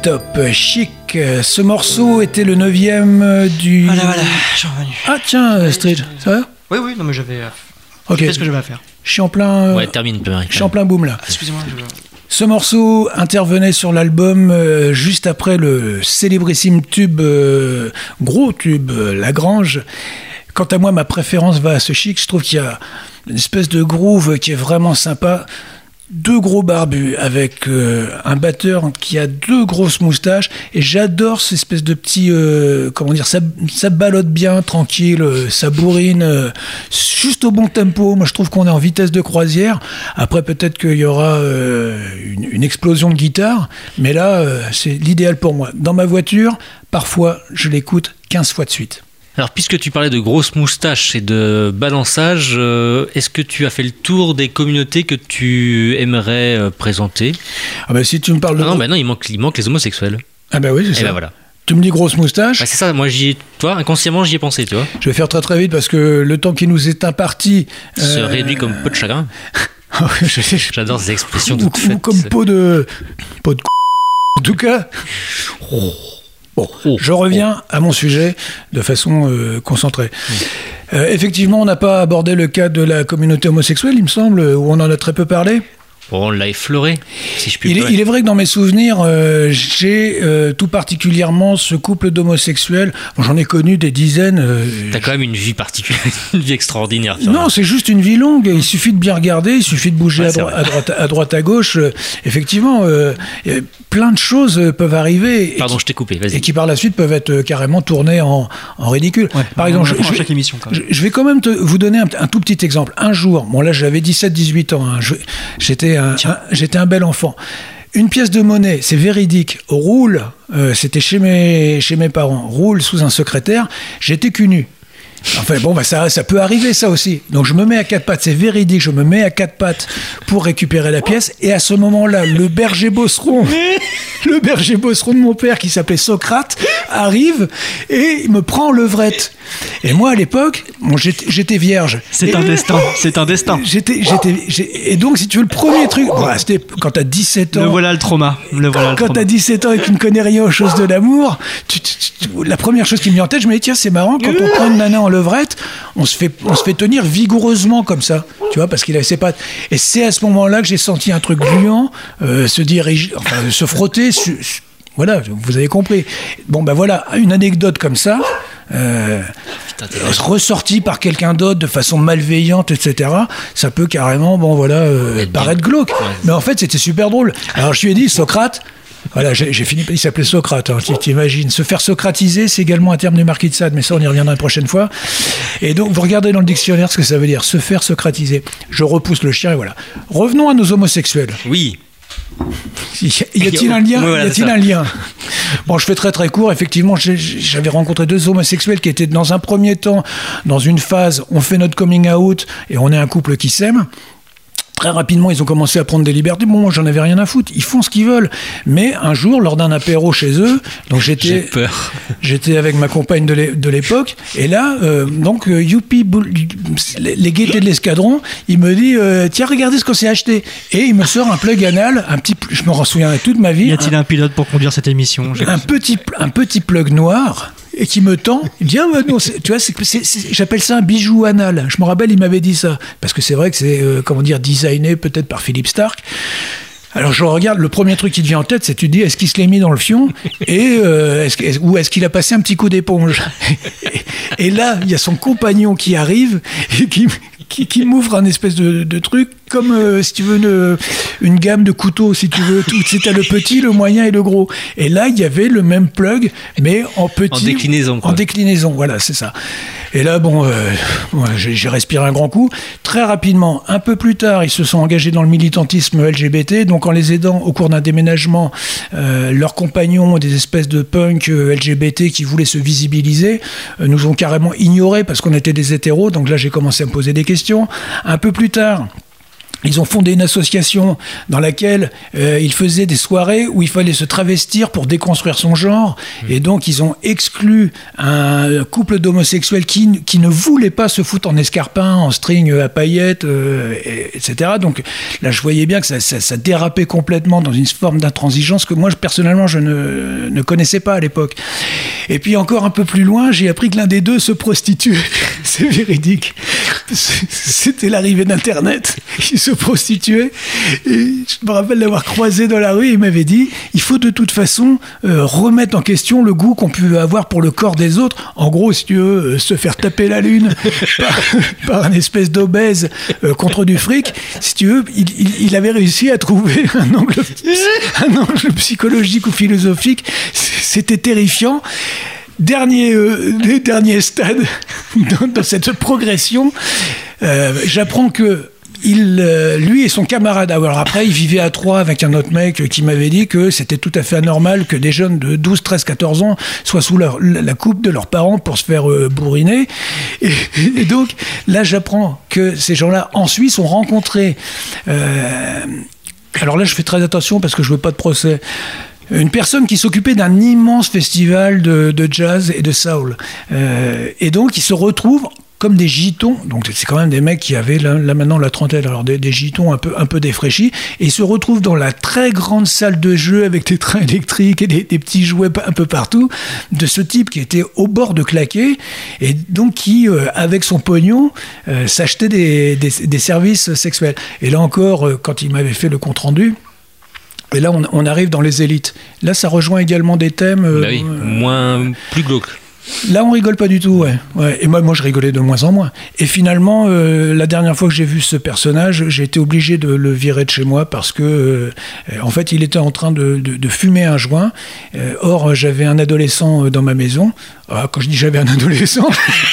Top Chic. Ce morceau était le 9e du... Voilà, je suis revenu. Ah tiens, Street, ça va? Oui, non mais j'avais Ok. fait ce que j'avais à faire. Je suis en plein... Ouais, termine, je suis en plein boom là. Excusez-moi, Ce morceau intervenait sur l'album juste après le célébrissime tube, gros tube, Lagrange. Quant à moi, ma préférence va à ce Chic. Je trouve qu'il y a une espèce de groove qui est vraiment sympa. 2 gros barbus avec un batteur qui a 2 grosses moustaches. Et j'adore cette espèce de petit... comment dire, ça ballotte bien, tranquille, ça bourrine, juste au bon tempo. Moi, je trouve qu'on est en vitesse de croisière. Après, peut-être qu'il y aura une explosion de guitare. Mais là, c'est l'idéal pour moi. Dans ma voiture, parfois, je l'écoute 15 fois de suite. Alors, puisque tu parlais de grosses moustaches et de balançage, est-ce que tu as fait le tour des communautés que tu aimerais présenter? Ah bah si tu me parles de... non, il manque les homosexuels. Ah bah oui, c'est ça. Et bah voilà. Tu me dis grosse moustache. Bah c'est ça, moi inconsciemment j'y ai pensé, tu vois. Je vais faire très très vite parce que le temps qui nous est imparti... se réduit comme peau de chagrin. J'adore ces expressions toutes faites. Ou comme peau de... En tout cas... Bon, je reviens à mon sujet de façon concentrée. Effectivement, on n'a pas abordé le cas de la communauté homosexuelle, il me semble, où on en a très peu parlé. Bon, on l'a effleuré, si je puis dire. Il est vrai que dans mes souvenirs, j'ai tout particulièrement ce couple d'homosexuels. Bon, j'en ai connu des dizaines. T'as quand même une vie particulière, une vie extraordinaire. Non, c'est juste une vie longue. Il suffit de bien regarder, il suffit de bouger à droite, à gauche. Effectivement, plein de choses peuvent arriver. Pardon, je t'ai coupé, vas-y. Et qui par la suite peuvent être carrément tournées en ridicule. Ouais, par exemple, je vais quand même vous donner un tout petit exemple. Un jour, bon là j'avais 17-18 ans, hein, j'étais un bel enfant. Une pièce de monnaie, c'est véridique, roule, c'était chez mes parents, roule sous un secrétaire, j'étais cul nu. Enfin bon, bah ça peut arriver ça aussi. Donc je me mets à 4 pattes, c'est véridique, je me mets à 4 pattes pour récupérer la pièce. Et à ce moment-là, le berger bosseron de mon père qui s'appelait Socrate arrive et il me prend en levrette. Et moi à l'époque, bon, j'étais vierge. C'est un destin. Et donc si tu veux le premier truc, voilà, c'était quand t'as 17 ans. Le voilà le trauma. Quand t'as 17 ans et que tu ne connais rien aux choses de l'amour, la première chose qui me vient en tête, je me dis tiens c'est marrant quand on prend une nana en levrette, on se fait tenir vigoureusement comme ça, tu vois, parce qu'il avait ses pattes. Et c'est à ce moment-là que j'ai senti un truc gluant se frotter. Voilà, vous avez compris. Bon, ben voilà, une anecdote comme ça, ressortie par quelqu'un d'autre de façon malveillante, etc. Ça peut carrément, paraître glauque. Mais en fait, c'était super drôle. Alors, je lui ai dit, Socrate. Voilà, j'ai fini. Il s'appelait Socrate. Hein, t'imagines. Se faire socratiser, c'est également un terme du Marquis de Sade, mais ça, on y reviendra la prochaine fois. Et donc, vous regardez dans le dictionnaire ce que ça veut dire. Se faire socratiser. Je repousse le chien et voilà. Revenons à nos homosexuels. Oui. Y a-t-il un lien? Y a-t-il un lien? Bon, je fais très très court. Effectivement, j'avais rencontré 2 homosexuels qui étaient dans un premier temps dans une phase. On fait notre coming out et on est un couple qui s'aime. Très rapidement, ils ont commencé à prendre des libertés. Bon, moi, j'en avais rien à foutre. Ils font ce qu'ils veulent. Mais un jour, lors d'un apéro chez eux, donc j'ai peur. J'étais avec ma compagne de l'époque. Et là, youpi, les gaietés de l'escadron, il me dit tiens, regardez ce qu'on s'est acheté. Et il me sort un plug anal, je me souviendrai toute ma vie. Y a-t-il un pilote pour conduire cette émission? Un petit plug noir. Et qui me tend, il me dit non, tu vois, j'appelle ça un bijou anal. Je me rappelle, il m'avait dit ça parce que c'est vrai que c'est designé peut-être par Philippe Stark. Alors je regarde, le premier truc qui te vient en tête, c'est tu te dis est-ce qu'il se l'est mis dans le fion et ou est-ce qu'il a passé un petit coup d'éponge. Et là, il y a son compagnon qui arrive et qui m'ouvre un espèce de truc comme si tu veux une gamme de couteaux, si tu veux. C'était le petit, le moyen et le gros. Et là, il y avait le même plug, mais en petit. En déclinaison. En déclinaison, voilà, c'est ça. Et là, j'ai respiré un grand coup. Très rapidement, un peu plus tard, ils se sont engagés dans le militantisme LGBT. Donc, en les aidant au cours d'un déménagement, leurs compagnons, des espèces de punks LGBT qui voulaient se visibiliser, nous ont carrément ignorés parce qu'on était des hétéros. Donc là, j'ai commencé à me poser des questions. Un peu plus tard, Ils ont fondé une association dans laquelle ils faisaient des soirées où il fallait se travestir pour déconstruire son genre. Et donc, ils ont exclu un couple d'homosexuels qui ne voulaient pas se foutre en escarpin, en string à paillettes, etc. Donc là, je voyais bien que ça dérapait complètement dans une forme d'intransigeance que moi, personnellement, je ne connaissais pas à l'époque. Et puis, encore un peu plus loin, j'ai appris que l'un des deux se prostituait. C'est véridique. C'était l'arrivée d'Internet. Il se prostituait. Et je me rappelle l'avoir croisé dans la rue et il m'avait dit il faut de toute façon remettre en question le goût qu'on peut avoir pour le corps des autres. En gros, si tu veux se faire taper la lune par un espèce d'obèse contre du fric, si tu veux, il avait réussi à trouver un angle psychologique ou philosophique. C'était terrifiant. Dernier stade dans cette progression, j'apprends que lui et son camarade, alors après il vivait à Troyes avec un autre mec qui m'avait dit que c'était tout à fait anormal que des jeunes de 12, 13, 14 ans soient sous la coupe de leurs parents pour se faire bourriner. Et donc là j'apprends que ces gens-là en Suisse ont rencontré alors là je fais très attention parce que je veux pas de procès, une personne qui s'occupait d'un immense festival de jazz et de soul. Et donc, ils se retrouvent comme des gitons. Donc, c'est quand même des mecs qui avaient là maintenant la trentaine, alors des gitons un peu défraîchis. Et ils se retrouvent dans la très grande salle de jeu avec des trains électriques et des petits jouets un peu partout, de ce type qui était au bord de claquer et donc qui, avec son pognon, s'achetait des services sexuels. Et là encore, quand il m'avait fait le compte-rendu, et là, on arrive dans les élites. Là, ça rejoint également des thèmes... plus glauques. Là, on rigole pas du tout, ouais. Et moi, je rigolais de moins en moins. Et finalement, la dernière fois que j'ai vu ce personnage, j'ai été obligé de le virer de chez moi parce que, en fait, il était en train de fumer un joint. Or, j'avais un adolescent dans ma maison. Quand je dis j'avais un adolescent,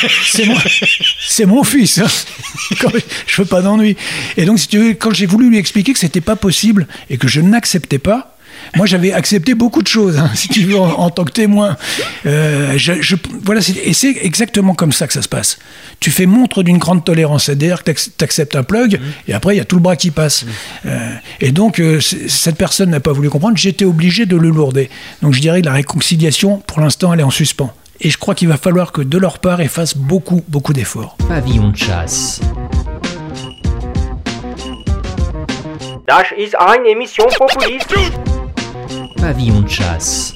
c'est mon fils. Je veux pas d'ennui. Et donc, si tu veux, quand j'ai voulu lui expliquer que c'était pas possible et que je n'acceptais pas, moi, j'avais accepté beaucoup de choses, si tu veux, en tant que témoin. Voilà, et c'est exactement comme ça que ça se passe. Tu fais montre d'une grande tolérance, c'est-à-dire que tu acceptes un plug, et après, il y a tout le bras qui passe. Et donc, cette personne n'a pas voulu comprendre, j'étais obligé de le lourder. Donc, je dirais que la réconciliation, pour l'instant, elle est en suspens. Et je crois qu'il va falloir que, de leur part, ils fassent beaucoup, beaucoup d'efforts. Pavillon de chasse. Das ist eine Émission populiste. Pavillon de chasse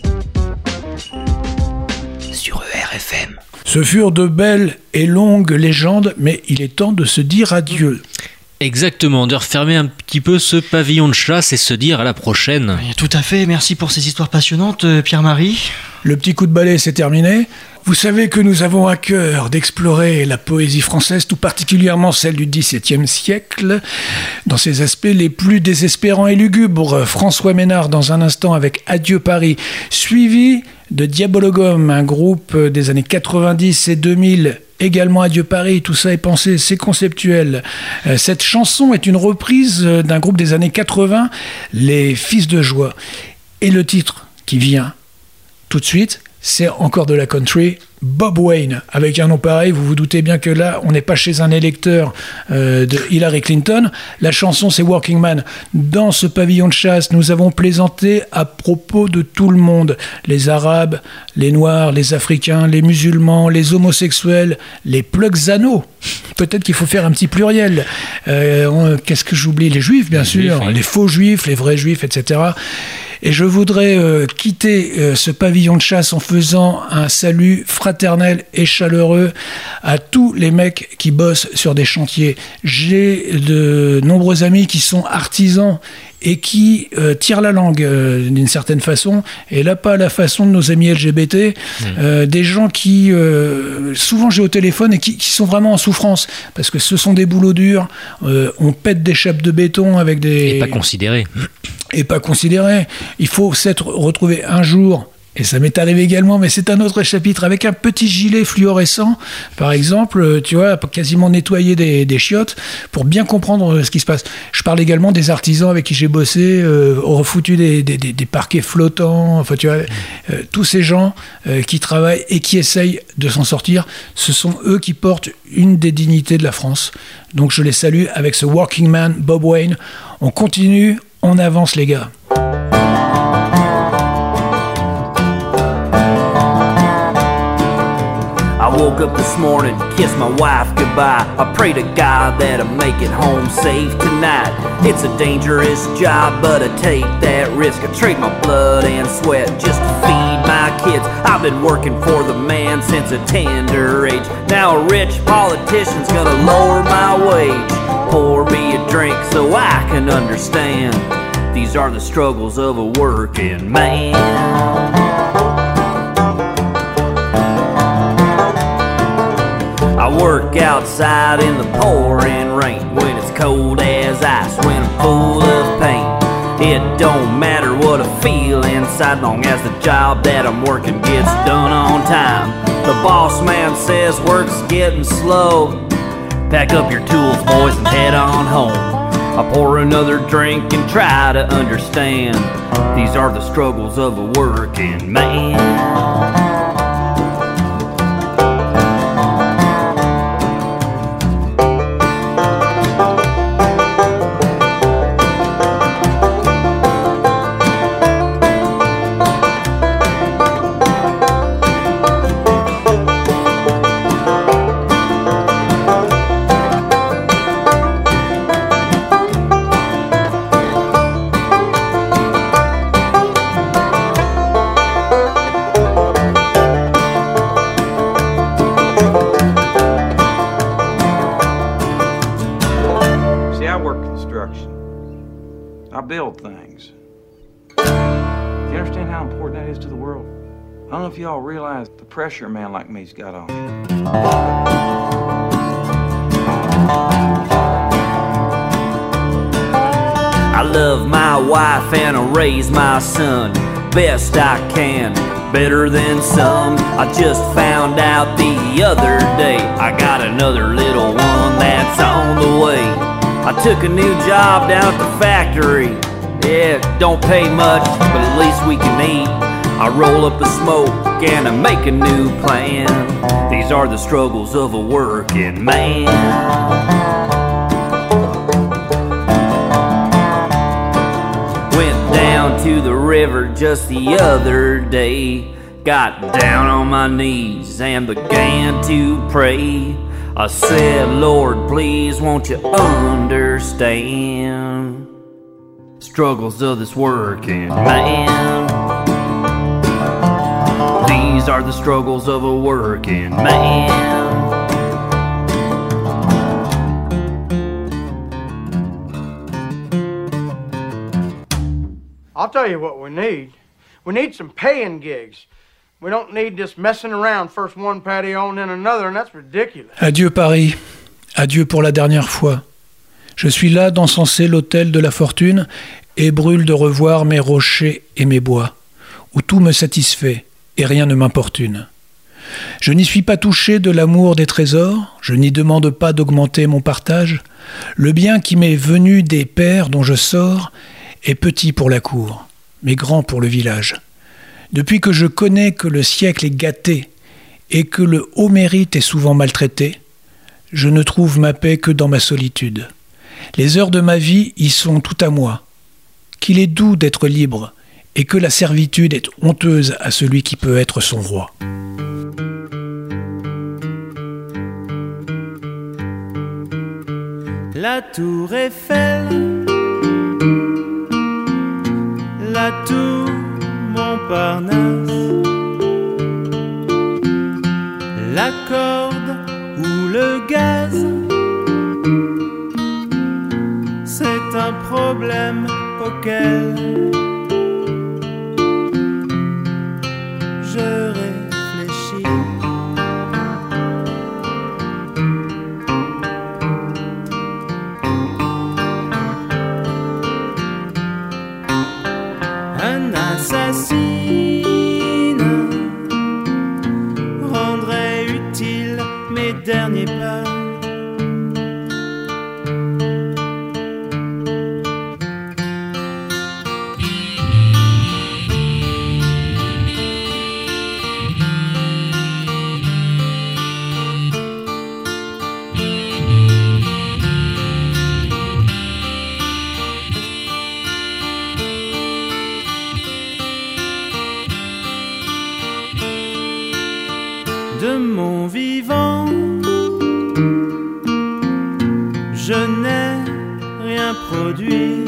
sur ERFM. Ce furent de belles et longues légendes, mais il est temps de se dire adieu. Exactement, de refermer un petit peu ce pavillon de chasse et se dire à la prochaine. Tout à fait, merci pour ces histoires passionnantes, Pierre-Marie. Le petit coup de balai, c'est terminé. Vous savez que nous avons à cœur d'explorer la poésie française, tout particulièrement celle du XVIIe siècle, dans ses aspects les plus désespérants et lugubres. François Ménard, dans un instant, avec Adieu Paris, suivi de Diabologum, un groupe des années 90 et 2000, également Adieu Paris, tout ça est pensé, c'est conceptuel. Cette chanson est une reprise d'un groupe des années 80, Les Fils de Joie. Et le titre qui vient tout de suite, c'est encore de la country, Bob Wayne. Avec un nom pareil, vous vous doutez bien que là, on n'est pas chez un électeur de Hillary Clinton. La chanson, c'est Working Man. Dans ce pavillon de chasse, nous avons plaisanté à propos de tout le monde. Les Arabes, les Noirs, les Africains, les musulmans, les homosexuels, les plugs-anos. Peut-être qu'il faut faire un petit pluriel. Qu'est-ce que j'oublie ? Les Juifs, bien sûr. Juifs, oui. Les faux Juifs, les vrais Juifs, etc. Et je voudrais quitter ce pavillon de chasse en faisant un salut fraternel et chaleureux à tous les mecs qui bossent sur des chantiers. J'ai de nombreux amis qui sont artisans et qui tirent la langue d'une certaine façon, et là pas la façon de nos amis LGBT, des gens qui, souvent j'ai au téléphone, et qui sont vraiment en souffrance, parce que ce sont des boulots durs, on pète des chapes de béton avec des... Et pas considérés. Et pas considérés. Il faut s'être retrouvé un jour Et ça m'est arrivé également, mais c'est un autre chapitre, avec un petit gilet fluorescent, par exemple, tu vois, quasiment nettoyer des chiottes, pour bien comprendre ce qui se passe. Je parle également des artisans avec qui j'ai bossé, au refoutu des parquets flottants, enfin tu vois, tous ces gens qui travaillent et qui essayent de s'en sortir, ce sont eux qui portent une des dignités de la France. Donc je les salue avec ce Working Man, Bob Wayne. On continue, on avance les gars. I woke up this morning, kissed my wife goodbye. I pray to God that I make it home safe tonight. It's a dangerous job, but I take that risk. I trade my blood and sweat just to feed my kids. I've been working for the man since a tender age. Now a rich politician's gonna lower my wage. Pour me a drink so I can understand. These are the struggles of a working man. I work outside in the pouring rain, when it's cold as ice, when I'm full of pain. It don't matter what I feel inside, long as the job that I'm working gets done on time. The boss man says work's getting slow. Pack up your tools, boys, and head on home. I pour another drink and try to understand. These are the struggles of a working man. I don't know if y'all realize the pressure a man like me's got on. I love my wife and I raise my son best I can, better than some. I just found out the other day I got another little one that's on the way. I took a new job down at the factory. Yeah, don't pay much, but at least we can eat. I roll up the smoke and I make a new plan. These are the struggles of a working man. Went down to the river just the other day. Got down on my knees and began to pray. I said, Lord, please won't you understand struggles of this working man. These are the struggles of a working man. I'll tell you what we need. We need some paying gigs. We don't need this messing around, first one patio and then another, and that's ridiculous. Adieu Paris, adieu pour la dernière fois. Je suis là d'encenser l'autel de la fortune et brûle de revoir mes rochers et mes bois, où tout me satisfait et rien ne m'importune. Je n'y suis pas touché de l'amour des trésors, je n'y demande pas d'augmenter mon partage. Le bien qui m'est venu des pères dont je sors est petit pour la cour, mais grand pour le village. Depuis que je connais que le siècle est gâté et que le haut mérite est souvent maltraité, je ne trouve ma paix que dans ma solitude. Les heures de ma vie y sont tout à moi. Qu'il est doux d'être libre et que la servitude est honteuse à celui qui peut être son roi. La tour Eiffel, la tour Montparnasse, la corde ou le gaz, c'est un problème auquel je réfléchis. Un assassin mes derniers pas. De mon vivant, je n'ai rien produit,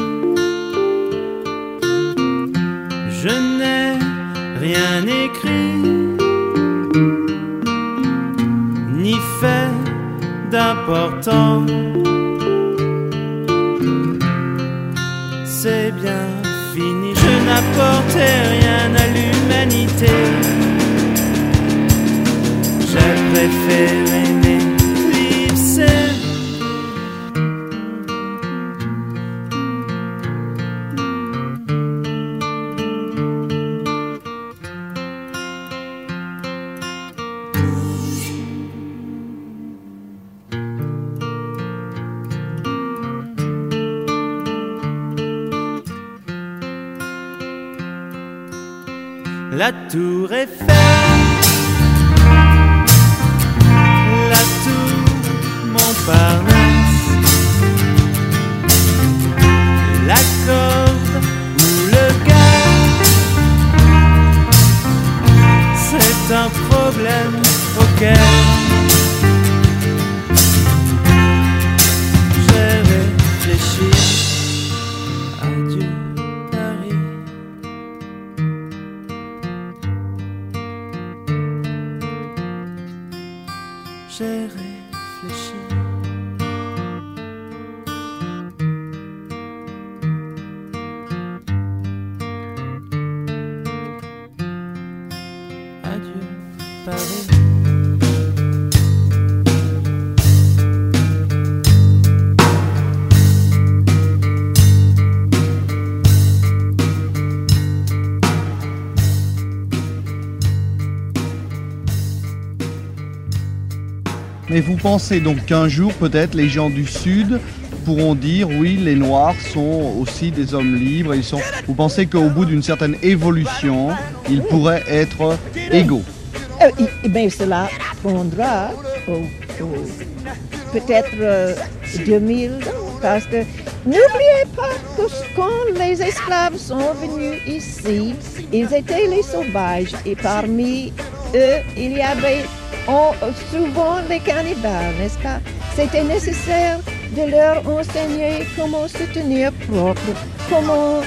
je n'ai rien écrit, ni fait d'important. C'est bien fini, je n'apportais rien à l'humanité. J'ai préféré m'éclipser. La tour Eiffel, la tour Montparnasse, la corde ou le gaz, c'est un problème auquel j'ai réfléchi. Adieu Paris. J'ai réfléchi. Adieu, Paris. Mais vous pensez donc qu'un jour, peut-être, les gens du Sud pourront dire oui, les Noirs sont aussi des hommes libres. Et vous pensez qu'au bout d'une certaine évolution, ils pourraient être égaux? Eh bien, cela prendra peut-être 2000 ans, parce que n'oubliez pas que quand les esclaves sont venus ici, ils étaient les sauvages, et parmi eux, il y avait souvent les cannibales, n'est-ce pas? C'était nécessaire de leur enseigner comment se tenir propre, comment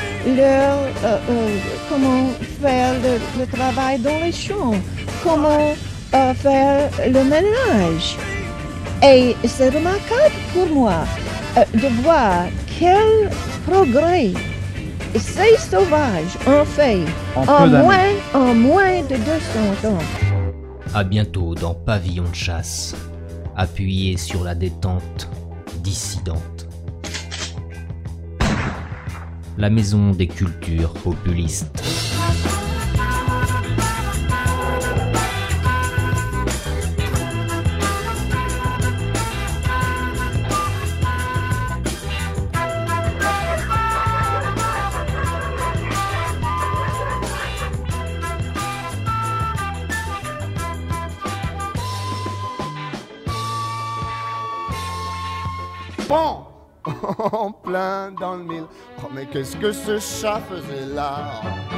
faire le travail dans les champs, comment faire le ménage. Et c'est remarquable pour moi de voir quel progrès ces sauvages ont fait en moins de 200 ans. À bientôt dans Pavillon de chasse, appuyé sur la détente dissidente. La maison des cultures populistes. Bon, en plein dans le mille. Oh, mais qu'est-ce que ce chat faisait là?